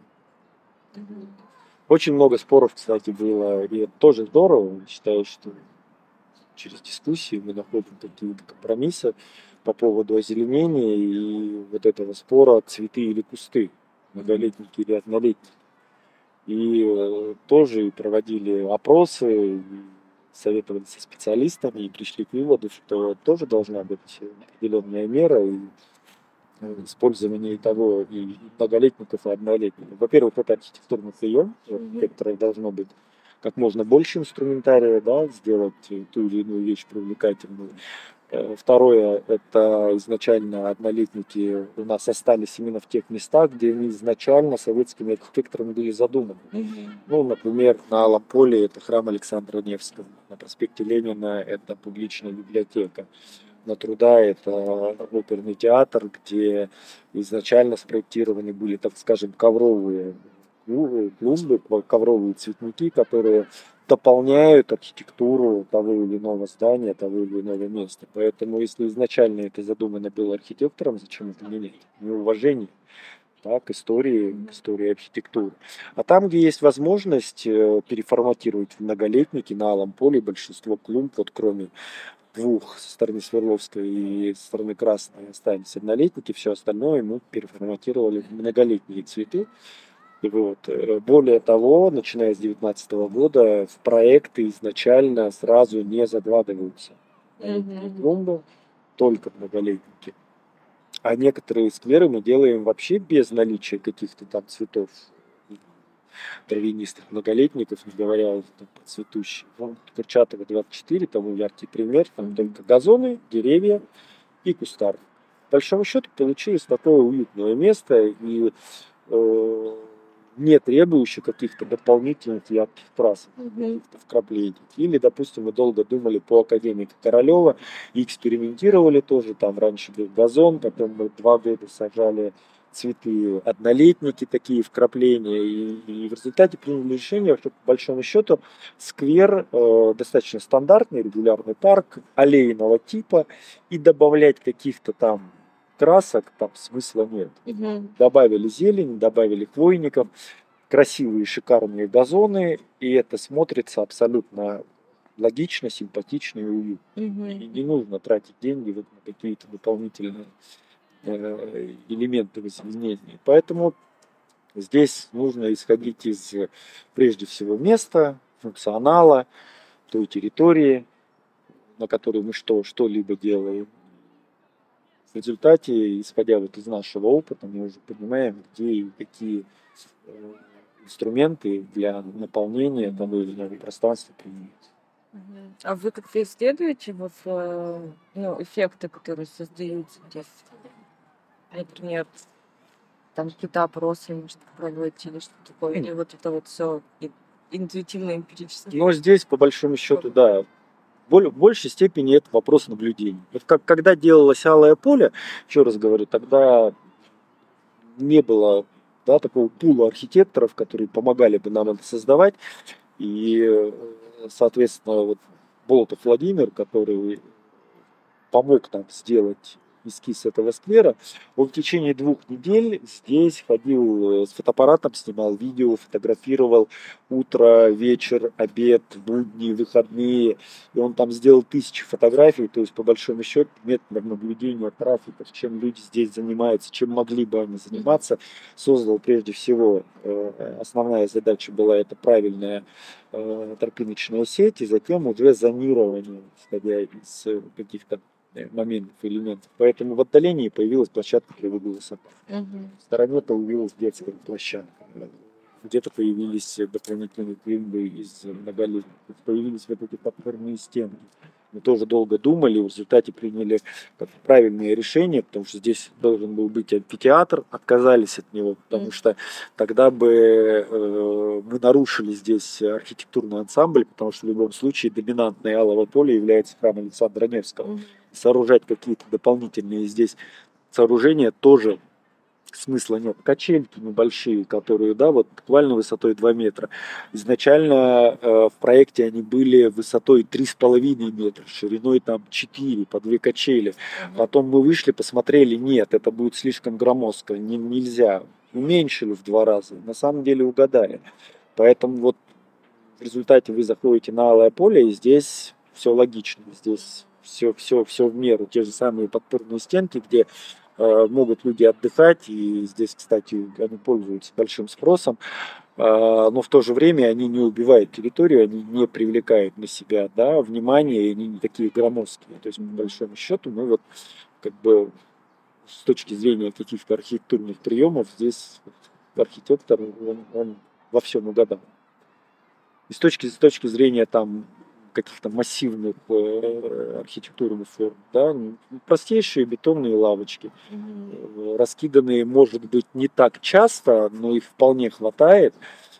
Очень много споров, кстати, было, и это тоже здорово. Считаю, что через дискуссии мы находим какие-то компромиссы по поводу озеленения и вот этого спора: цветы или кусты, многолетние или однолетние. И тоже проводили опросы, и советовались со специалистами и пришли к выводу, что тоже должна быть определенная мера и использование и того, и многолетников, и однолетников. Во-первых, это архитектурный прием, которое должно быть как можно больше инструментария, да, сделать ту или иную вещь привлекательную. Второе, это изначально однолетники у нас остались именно в тех местах, где они изначально советскими архитекторами были задуманы. Ну, например, на Алом поле это храм Александра Невского, на проспекте Ленина это публичная библиотека, на Труда это оперный театр, где изначально спроектированы были, так скажем, ковровые клумбы, ковровые цветники, которые дополняют архитектуру того или иного здания, того или иного места. Поэтому, если изначально это задумано было архитектором, зачем это менять? Неуважение, да, к истории архитектуры. А там, где есть возможность переформатировать в многолетники, на Алом поле большинство клумб, вот кроме двух со стороны Свердловской и со стороны Красной остались однолетники, все остальное мы переформатировали в многолетние цветы. Вот. Более того, начиная с 2019 года в проекты изначально сразу не закладываются клумбы, только многолетники. А некоторые скверы мы делаем вообще без наличия каких-то там цветов травянистых многолетников, не говоря там, про цветущие. Ну, Курчатова 24, тому яркий пример, там только газоны, деревья и кустарник. По большому счету получилось такое уютное место и не требующих каких-то дополнительных ярких красок, каких-то вкраплений. Или, допустим, мы долго думали по академике Королева и экспериментировали тоже. Там раньше был газон, потом мы 2 года сажали цветы, однолетники, такие вкрапления. И в результате приняли решение, что по большому счету сквер достаточно стандартный, регулярный парк, аллейного типа, и добавлять каких-то там красок там смысла нет. Добавили зелень, добавили хвойников, красивые шикарные газоны, и это смотрится абсолютно логично, симпатично и уютно. И не нужно тратить деньги вот на какие-то дополнительные элементы вознаграждения. Поэтому здесь нужно исходить из прежде всего места, функционала, той территории, на которой мы что-либо делаем. В результате, исходя вот из нашего опыта, мы уже понимаем, где и какие инструменты для наполнения того или иного пространства применять. А вы как-то исследуете вот, эффекты, которые создаются здесь? Например, там какие-то опросы, может, проводите или что-то такое? Или вот это вот все интуитивно, эмпирически? Но здесь, по большому счету, да, в большей степени это вопрос наблюдений. Вот когда делалось Алое поле, еще раз говорю, тогда не было, да, такого пула архитекторов, которые помогали бы нам это создавать. И, соответственно, вот Болотов Владимир, который помог нам сделать эскиз этого сквера, он в течение 2 недель здесь ходил с фотоаппаратом, снимал видео, фотографировал утро, вечер, обед, будни, выходные. И он там сделал 1000 фотографий, то есть по большому счету методом наблюдения трафика, чем люди здесь занимаются, чем могли бы они заниматься, создал прежде всего, основная задача была это правильная тропиночная сеть, и затем уже зонирование, исходя из каких-то моментов, элементов. Поэтому в отдалении появилась площадка для выгула собак. В стороне появилась детская площадка. Где-то появились дополнительные клумбы из многолетних. Появились вот эти подпорные стенки. Мы тоже долго думали, в результате приняли правильное решение, потому что здесь должен был быть амфитеатр, отказались от него, потому что тогда бы мы нарушили здесь архитектурный ансамбль, потому что в любом случае доминантное Алого поля является храм Александра Невского. Сооружать какие-то дополнительные здесь сооружения тоже смысла нет. Качельки небольшие, которые, да, вот буквально высотой 2 метра. Изначально в проекте они были высотой 3,5 метра, шириной там 4, по 2 качели. Потом мы вышли, посмотрели, нет, это будет слишком громоздко, нельзя. Уменьшили в 2 раза, на самом деле угадали. Поэтому вот в результате вы заходите на Алое поле, и здесь все логично, здесь все в меру. Те же самые подпорные стенки, где могут люди отдыхать, и здесь, кстати, они пользуются большим спросом. но в то же время они не убивают территорию, они не привлекают на себя, да, внимание, и они не такие громоздкие. То есть, по большому счету, мы вот как бы с точки зрения каких-то архитектурных приемов здесь архитектор, он во всем угадал. И с точки зрения там каких-то массивных архитектурных форм, да, простейшие бетонные лавочки, раскиданные, может быть, не так часто, но их вполне хватает,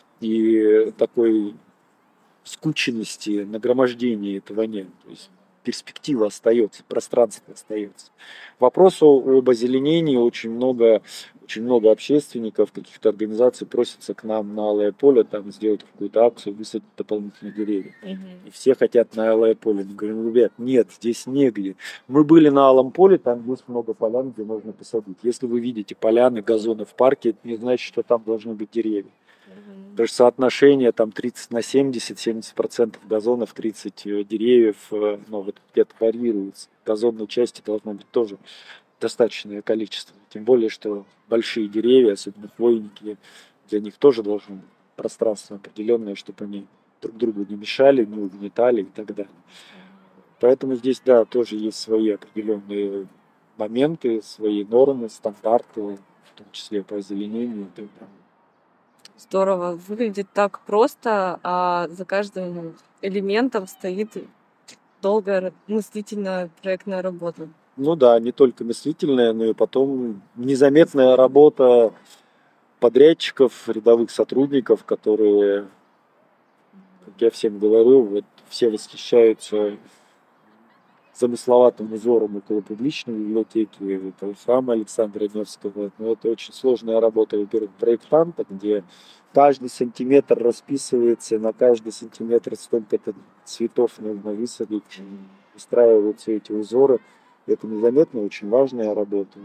и такой скученности, нагромождения этого нет. То есть перспектива остается, пространство остается. Вопрос об озеленении очень много общественников, каких-то организаций просятся к нам на Алое поле там сделать какую-то акцию, высадить дополнительные деревья. И все хотят на Алое поле. Мы говорим, ребят, нет, здесь негде. Мы были на Алом поле, там есть много полян, где можно посадить. Если вы видите поляны, газоны в парке, это не значит, что там должны быть деревья. Потому что соотношение там 30 на 70, 70% газонов, 30 деревьев, ну, вот где-то варьируется. Газонной части должно быть тоже достаточное количество. Тем более, что большие деревья, особенно хвойники, для них тоже должно быть пространство определенное, чтобы они друг другу не мешали, не угнетали и так далее. Поэтому здесь, да, тоже есть свои определенные моменты, свои нормы, стандарты, в том числе по озеленению и так далее. Здорово. Выглядит так просто, а за каждым элементом стоит долгая мыслительная проектная работа. Ну да, не только мыслительная, но и потом незаметная работа подрядчиков, рядовых сотрудников, которые, как я всем говорю, вот все восхищаются замысловатым узором около публичной библиотеки, это храма Александра Невского. Но это очень сложная работа, во-первых, проектанта, где каждый сантиметр расписывается, на каждый сантиметр столько-то цветов нужно высадить, выстраивать все эти узоры. Это незаметно, очень важная работа.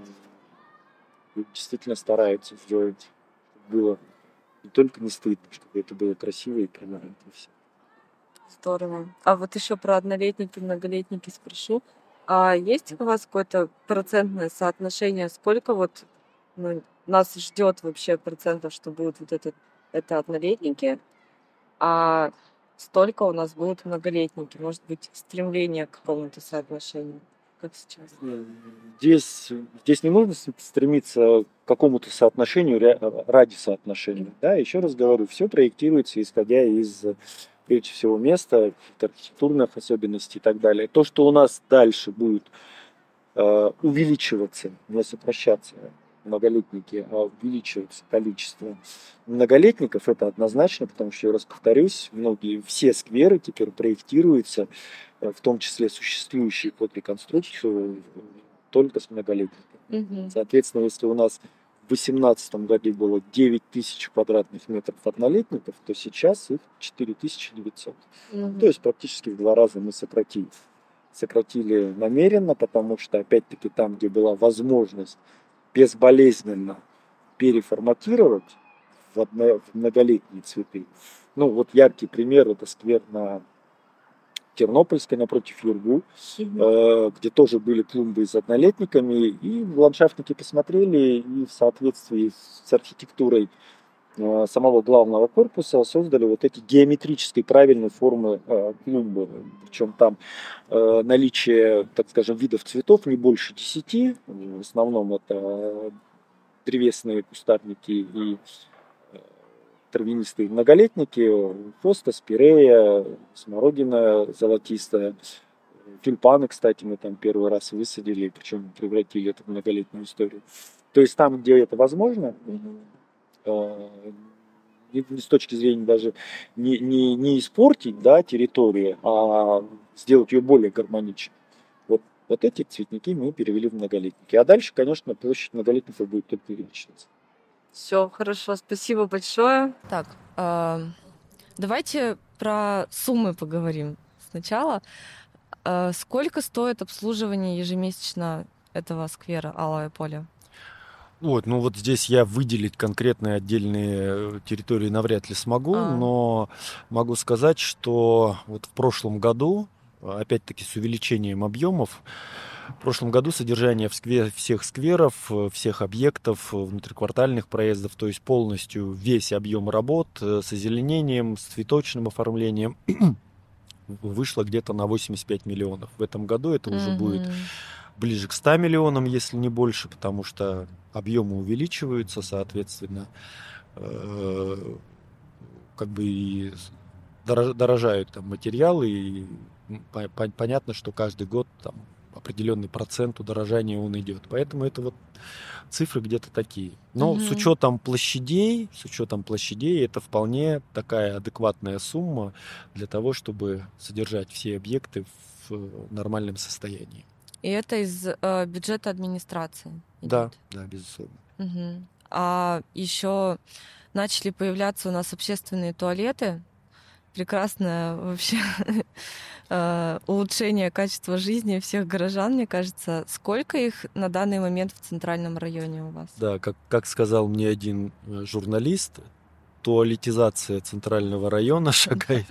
И действительно стараются сделать, чтобы было не только не стыдно, чтобы это было красиво и понятно. Здорово. А вот еще про однолетники, многолетники спрошу. А есть у вас какое-то процентное соотношение, сколько вот нас ждет вообще процентов, что будут вот это однолетники, а столько у нас будут многолетники? Может быть, стремление к какому-то соотношению, как сейчас? Здесь не нужно стремиться к какому-то соотношению ради соотношения. Да? Еще раз говорю, все проектируется исходя из, прежде всего, места, архитектурных особенностей и так далее. То, что у нас дальше будет увеличиваться, не сокращаться многолетники, а увеличиваться количество многолетников, это однозначно, потому что, я раз повторюсь, все скверы теперь проектируются, в том числе существующие под реконструкцию, только с многолетниками. Соответственно, если у нас в 2018 году было 9 тысяч квадратных метров однолетников, то сейчас их 4900. То есть практически в 2 раза мы сократили. Сократили намеренно, потому что, опять-таки, там, где была возможность безболезненно переформатировать в многолетние цветы. Ну, вот яркий пример – это сквер на Тернопольской, напротив Юргу, где тоже были клумбы с однолетниками, и ландшафтники посмотрели, и в соответствии с архитектурой самого главного корпуса создали вот эти геометрически правильные формы клумбы. Причем там наличие, так скажем, видов цветов не больше 10. В основном это древесные кустарники и травянистые многолетники, хоста, спирея, смородина золотистая. Тюльпаны, кстати, мы там первый раз высадили, причем превратили это в многолетнюю историю. То есть там, где это возможно, не с точки зрения даже не испортить, да, территорию, а сделать ее более гармоничной. Вот эти цветники мы перевели в многолетники. А дальше, конечно, площадь многолетников будет только увеличиваться. Все, хорошо, спасибо большое. Так, давайте про суммы поговорим сначала. Сколько стоит обслуживание ежемесячно этого сквера Алое поле? Вот здесь я выделить конкретные отдельные территории навряд ли смогу, но могу сказать, что вот в прошлом году, опять-таки с увеличением объемов, В прошлом году содержание всех скверов, всех объектов, внутриквартальных проездов, то есть полностью весь объем работ с озеленением, с цветочным оформлением вышло где-то на 85 миллионов. В этом году это уже будет ближе к 100 миллионам, если не больше, потому что объемы увеличиваются, соответственно, как бы и дорожают там материалы, и понятно, что каждый год там определенный процент удорожания он идет. Поэтому это вот цифры где-то такие. Но с учетом площадей, это вполне такая адекватная сумма для того, чтобы содержать все объекты в нормальном состоянии. И это из бюджета администрации идет? Да, безусловно. А еще начали появляться у нас общественные туалеты. Прекрасное вообще улучшение качества жизни всех горожан, мне кажется. Сколько их на данный момент в центральном районе у вас? Да, как сказал мне один журналист, туалетизация центрального района шагает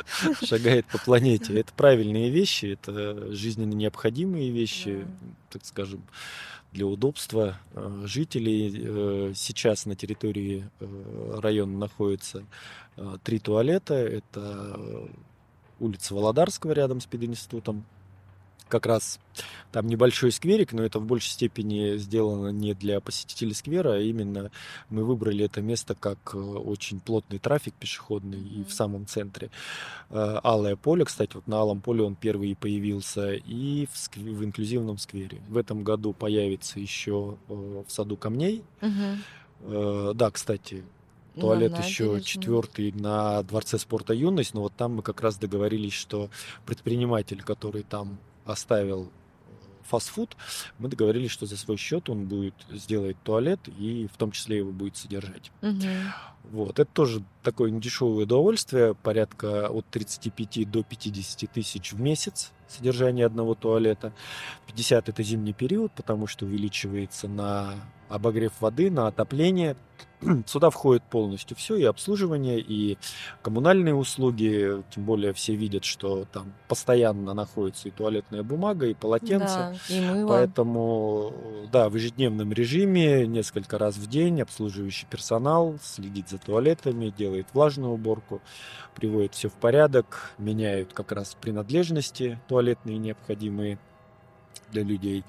по планете. Это правильные вещи, это жизненно необходимые вещи, так скажем, для удобства жителей. Сейчас на территории района находится 3 туалета. Это улица Володарского рядом с пединститутом. Как раз там небольшой скверик, но это в большей степени сделано не для посетителей сквера, а именно мы выбрали это место как очень плотный трафик пешеходный и в самом центре. Алое поле, кстати, вот на Алом поле он первый появился, и в инклюзивном сквере. В этом году появится еще в саду камней. Да, кстати, туалет еще 4 на Дворце спорта «Юность», но вот там мы как раз договорились, что предприниматель, который там оставил фастфуд, мы договорились, что за свой счет он будет сделать туалет и в том числе его будет содержать. Вот. Это тоже такое недешевое удовольствие, порядка от 35 до 50 тысяч в месяц содержание одного туалета. 50 это зимний период, потому что увеличивается на обогрев воды, на отопление. Сюда входит полностью все, и обслуживание, и коммунальные услуги, тем более все видят, что там постоянно находится и туалетная бумага, и полотенце. Да, и мыло. Поэтому, да, в ежедневном режиме, несколько раз в день обслуживающий персонал следит за туалетами, делает влажную уборку, приводит все в порядок, меняют как раз принадлежности туалетные необходимые для людей.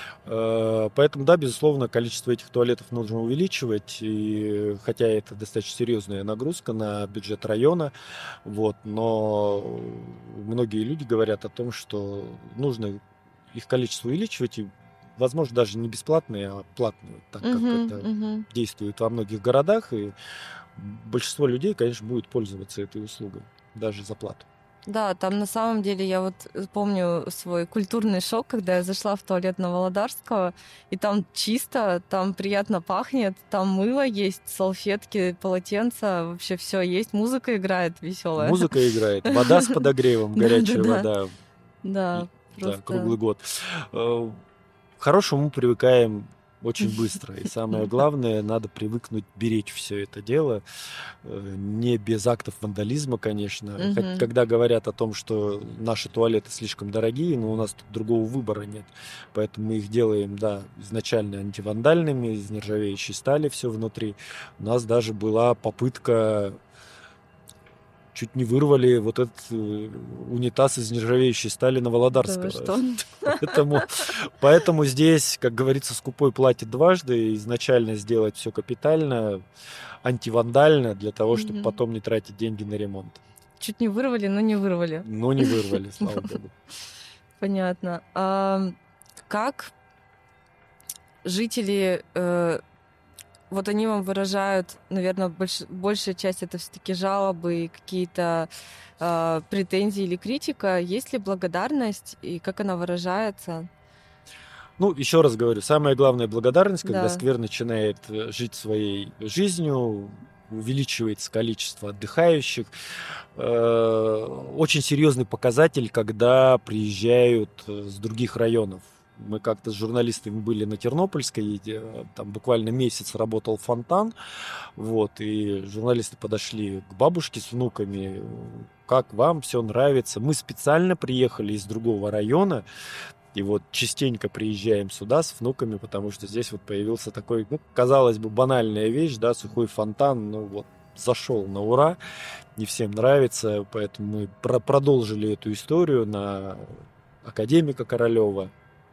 Поэтому, да, безусловно, количество этих туалетов нужно увеличивать, и, хотя это достаточно серьезная нагрузка на бюджет района, вот, но многие люди говорят о том, что нужно их количество увеличивать, и, возможно, даже не бесплатные, а платные, так как это действует во многих городах, и большинство людей, конечно, будет пользоваться этой услугой, даже за плату. Да, там на самом деле я вот помню свой культурный шок, когда я зашла в туалет на Володарского, и там чисто, там приятно пахнет, там мыло есть, салфетки, полотенца, вообще все есть, музыка играет веселая. Музыка играет, вода с подогревом, горячая вода. Да, просто... круглый год. К хорошему мы привыкаем очень быстро. И самое главное, надо привыкнуть беречь все это дело. Не без актов вандализма, конечно. Когда говорят о том, что наши туалеты слишком дорогие, но у нас тут другого выбора нет. Поэтому мы их делаем, да, изначально антивандальными, из нержавеющей стали все внутри. У нас даже была попытка... Чуть не вырвали вот этот унитаз из нержавеющей стали на Володарского. Поэтому здесь, как говорится, скупой платит дважды. Изначально сделать все капитально, антивандально, для того, чтобы потом не тратить деньги на ремонт. Чуть не вырвали, но не вырвали. Но не вырвали, слава богу. Понятно. Как жители... Вот они вам выражают, наверное, большая часть это все-таки жалобы, какие-то претензии или критика. Есть ли благодарность и как она выражается? Ну, еще раз говорю, самая главная благодарность, когда сквер начинает жить своей жизнью, увеличивается количество отдыхающих. Очень серьезный показатель, когда приезжают с других районов. Мы как-то с журналистами были на Тернопольской, там буквально месяц работал фонтан, вот, и журналисты подошли к бабушке с внуками, как вам все нравится. Мы специально приехали из другого района, И вот частенько приезжаем сюда с внуками, потому что здесь вот появился такой, ну, казалось бы, банальная вещь, да, сухой фонтан, ну вот зашел на ура, не всем нравится, поэтому мы продолжили эту историю на академика Королева.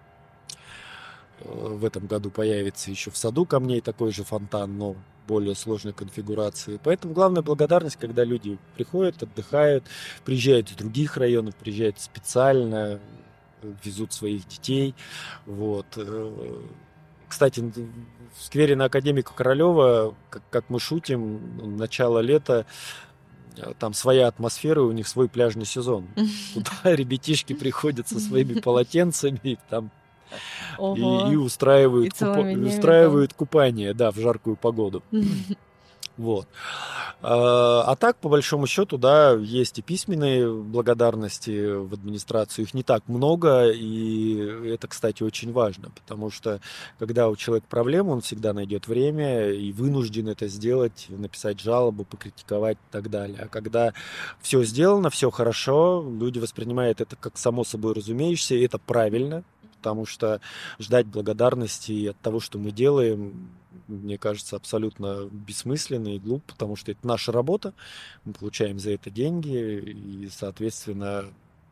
В этом году появится еще в саду камней такой же фонтан, но более сложной конфигурации. Поэтому главная благодарность, когда люди приходят, отдыхают, приезжают из других районов, приезжают специально, везут своих детей. Вот. Кстати, в сквере на Академика Королева, как мы шутим, начало лета, там своя атмосфера, у них свой пляжный сезон. Туда ребятишки приходят со своими полотенцами, там и устраивают купание, да, в жаркую погоду. Вот. А так, по большому счету, да, есть и письменные благодарности в администрацию. Их не так много, и это, кстати, очень важно, потому что, когда у человека проблема, он всегда найдет время и вынужден это сделать, написать жалобу, покритиковать и так далее. А когда все сделано, все хорошо, люди воспринимают это как само собой разумеющееся, и это правильно, потому что ждать благодарности от того, что мы делаем, мне кажется, абсолютно бессмысленно и глупо, потому что это наша работа, мы получаем за это деньги, и, соответственно,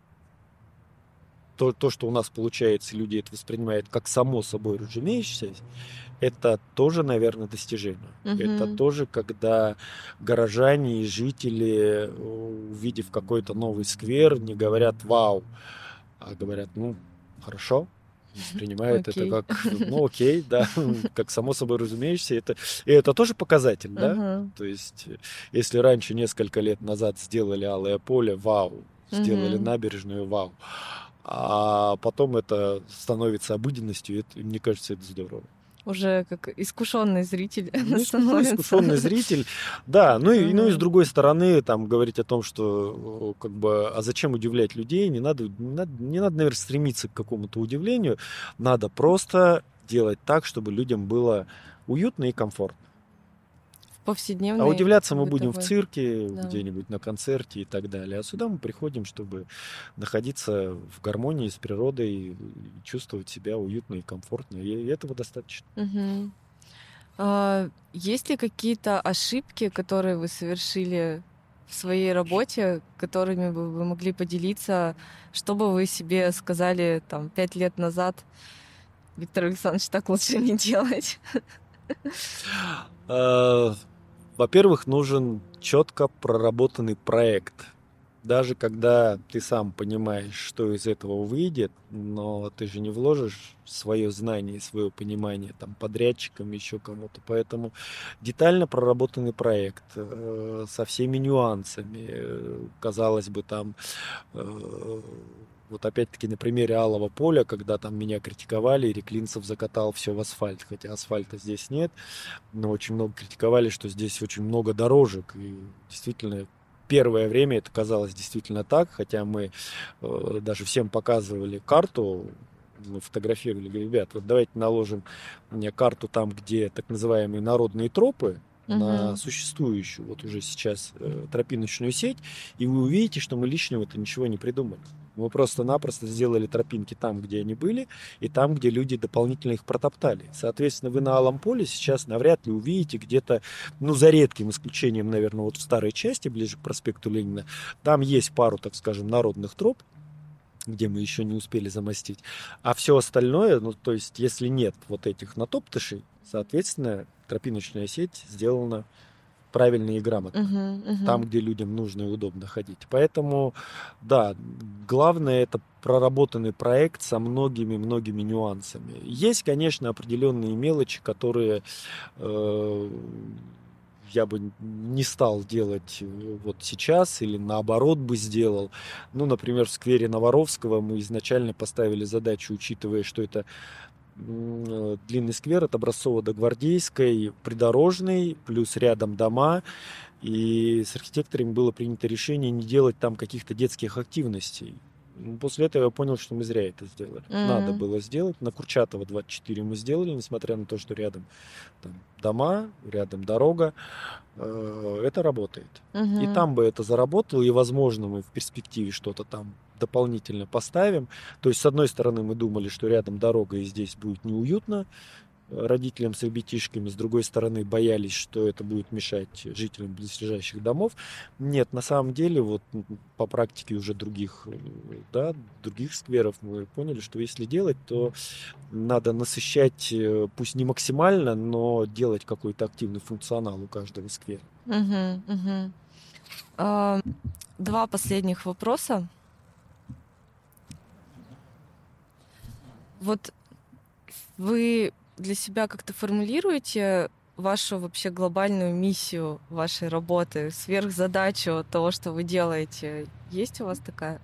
то, что у нас получается, люди это воспринимают как само собой разумеющееся, это тоже, наверное, достижение. Это тоже, когда горожане и жители, увидев какой-то новый сквер, не говорят «вау», а говорят «ну, хорошо». Воспринимает это как, ну окей, да, как само собой разумеющееся. И это тоже показатель, да? То есть, если раньше, несколько лет назад, сделали алое поле, вау, сделали набережную, вау, а потом это становится обыденностью, это, мне кажется, это здорово. Уже как искушенный зритель становится. Искушенный зритель, да. Ну и с другой стороны, там говорить о том, что как бы, а зачем удивлять людей? Не надо, наверное, стремиться к какому-то удивлению. Надо просто делать так, чтобы людям было уютно и комфортно. Повседневной. А удивляться мы будем в цирке, где-нибудь на концерте и так далее. А сюда мы приходим, чтобы находиться в гармонии с природой и чувствовать себя уютно и комфортно. И этого достаточно. Есть ли какие-то ошибки, которые вы совершили в своей работе, которыми бы вы могли поделиться? Что бы вы себе сказали там 5 лет назад? Виктор Александрович, так лучше не делать. Во-первых, нужен четко проработанный проект. Даже когда ты сам понимаешь, что из этого выйдет, но ты же не вложишь свое знание, свое понимание там, подрядчикам, еще кому-то. Поэтому детально проработанный проект со всеми нюансами. Казалось бы, там... Вот опять-таки на примере алого поля, когда там меня критиковали, и Реклинцев закатал все в асфальт, хотя асфальта здесь нет, но очень много критиковали, что здесь очень много дорожек, и действительно первое время это казалось действительно так, хотя мы даже всем показывали карту, мы фотографировали, говорили, ребят, вот давайте наложим мне карту там, где так называемые народные тропы, на существующую вот уже сейчас тропиночную сеть, и вы увидите, что мы лишнего-то ничего не придумали. Мы просто-напросто сделали тропинки там, где они были, и там, где люди дополнительно их протоптали. Соответственно, вы на алом поле сейчас навряд ли увидите где-то, ну, за редким исключением, наверное, вот в старой части, ближе к проспекту Ленина, там есть пару, так скажем, народных троп, где мы еще не успели замостить. А все остальное, ну, то есть, если нет вот этих натоптышей, соответственно, тропиночная сеть сделана правильно и грамотно. Там, где людям нужно и удобно ходить. Поэтому, да, главное это проработанный проект со многими-многими нюансами. Есть, конечно, определенные мелочи, которые я бы не стал делать вот сейчас или наоборот бы сделал. Ну, например, в сквере Новоровского мы изначально поставили задачу, учитывая, что это длинный сквер от Образцова до Гвардейской, придорожный, плюс рядом дома. И с архитекторами было принято решение не делать там каких-то детских активностей. После этого я понял, что мы зря это сделали. Надо было сделать. На Курчатова 24 мы сделали, несмотря на то, что рядом там дома, рядом дорога. Это работает. И там бы это заработало, и, возможно, мы в перспективе что-то там дополнительно поставим. То есть, с одной стороны, мы думали, что рядом дорога, и здесь будет неуютно родителям с ребятишками, с другой стороны, боялись, что это будет мешать жителям близлежащих домов. Нет, на самом деле, вот по практике уже других скверов мы поняли, что если делать, то надо насыщать, пусть не максимально, но делать какой-то активный функционал у каждого сквера. Два последних вопроса. Вот вы для себя как-то формулируете вашу вообще глобальную миссию вашей работы, сверхзадачу того, что вы делаете? Есть у вас такая?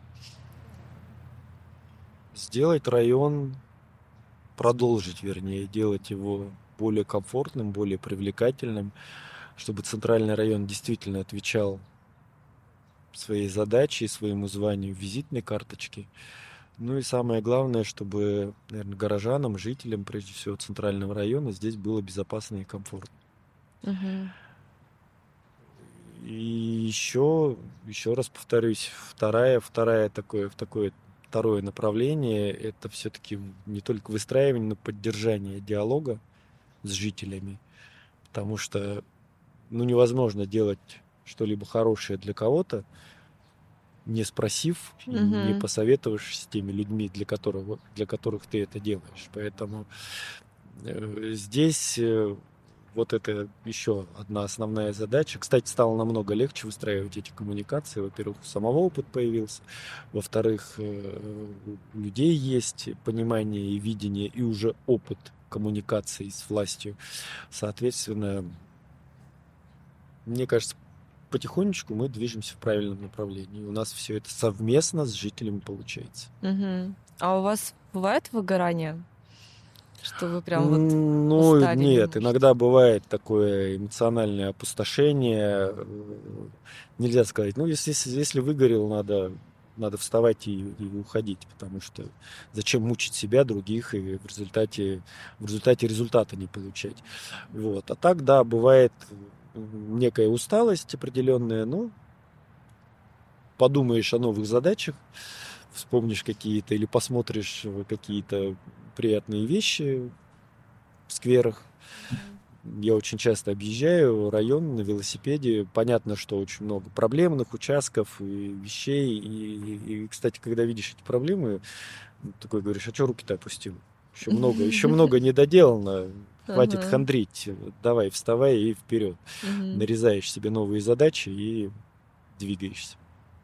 Сделать район, продолжить, вернее, делать его более комфортным, более привлекательным, чтобы центральный район действительно отвечал своей задаче и своему званию визитной карточки. Ну и самое главное, чтобы, наверное, горожанам, жителям, прежде всего, центрального района здесь было безопасно и комфортно. И еще раз повторюсь, второе направление — это все-таки не только выстраивание, но поддержание диалога с жителями, потому что невозможно делать что-либо хорошее для кого-то, не спросив, не посоветовавшись с теми людьми, для которых ты это делаешь. Поэтому здесь вот это еще одна основная задача. Кстати, стало намного легче выстраивать эти коммуникации. Во-первых, у самого опыт появился. Во-вторых, у людей есть понимание и видение, и уже опыт коммуникации с властью. Соответственно, мне кажется, потихонечку мы движемся в правильном направлении. У нас все это совместно с жителями получается. А у вас бывает выгорание? Что вы прям устали Нет, немножко? иногда бывает такое эмоциональное опустошение. Нельзя сказать, если выгорел, надо вставать и уходить, потому что зачем мучить себя, других, и в результате результата не получать. Вот. А так, да, бывает некая усталость определенная, подумаешь о новых задачах, вспомнишь какие-то или посмотришь какие-то приятные вещи в скверах. Я очень часто объезжаю район на велосипеде. Понятно, что очень много проблемных участков и вещей. И, кстати, когда видишь эти проблемы, такой говоришь, а что руки-то опустил? Еще много не доделано. Хватит хандрить. Давай, вставай и вперед. Нарезаешь себе новые задачи и двигаешься.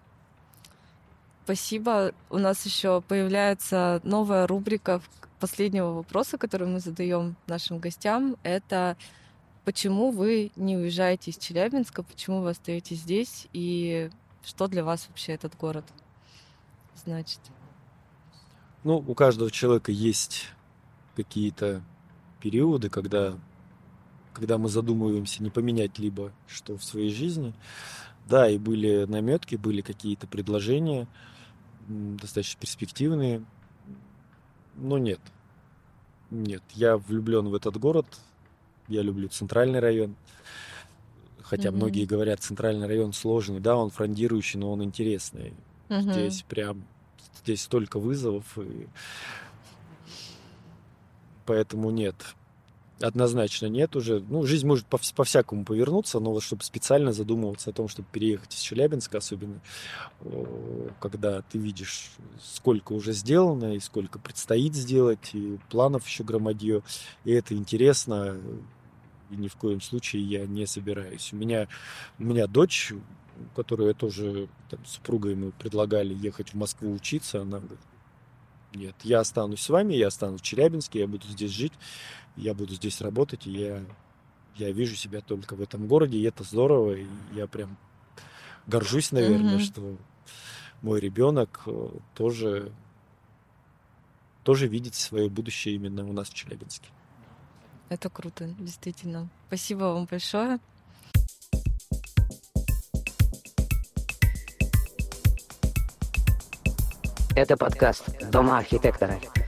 Спасибо. У нас еще появляется новая рубрика последнего вопроса, который мы задаем нашим гостям. Это почему вы не уезжаете из Челябинска, почему вы остаетесь здесь и что для вас вообще этот город значит? У каждого человека есть какие-то периоды, когда мы задумываемся, не поменять либо что в своей жизни. Да, и были наметки, были какие-то предложения, достаточно перспективные. Но нет, я влюблен в этот город, я люблю центральный район. Хотя многие говорят, центральный район сложный, да, он фрондирующий, но он интересный. Здесь столько вызовов, и поэтому нет. Однозначно нет уже. Жизнь может по-всякому повернуться, но вот чтобы специально задумываться о том, чтобы переехать из Челябинска, особенно когда ты видишь, сколько уже сделано и сколько предстоит сделать, и планов еще громадье, и это интересно, и ни в коем случае я не собираюсь. У меня дочь, которую я тоже с супругой мы предлагали ехать в Москву учиться, она говорит, нет, я останусь с вами, я останусь в Челябинске, я буду здесь жить, я буду здесь работать, и я вижу себя только в этом городе, и это здорово, и я прям горжусь, наверное, что мой ребенок тоже видит свое будущее именно у нас в Челябинске. Это круто, действительно. Спасибо вам большое. Это подкаст «Дома архитектора».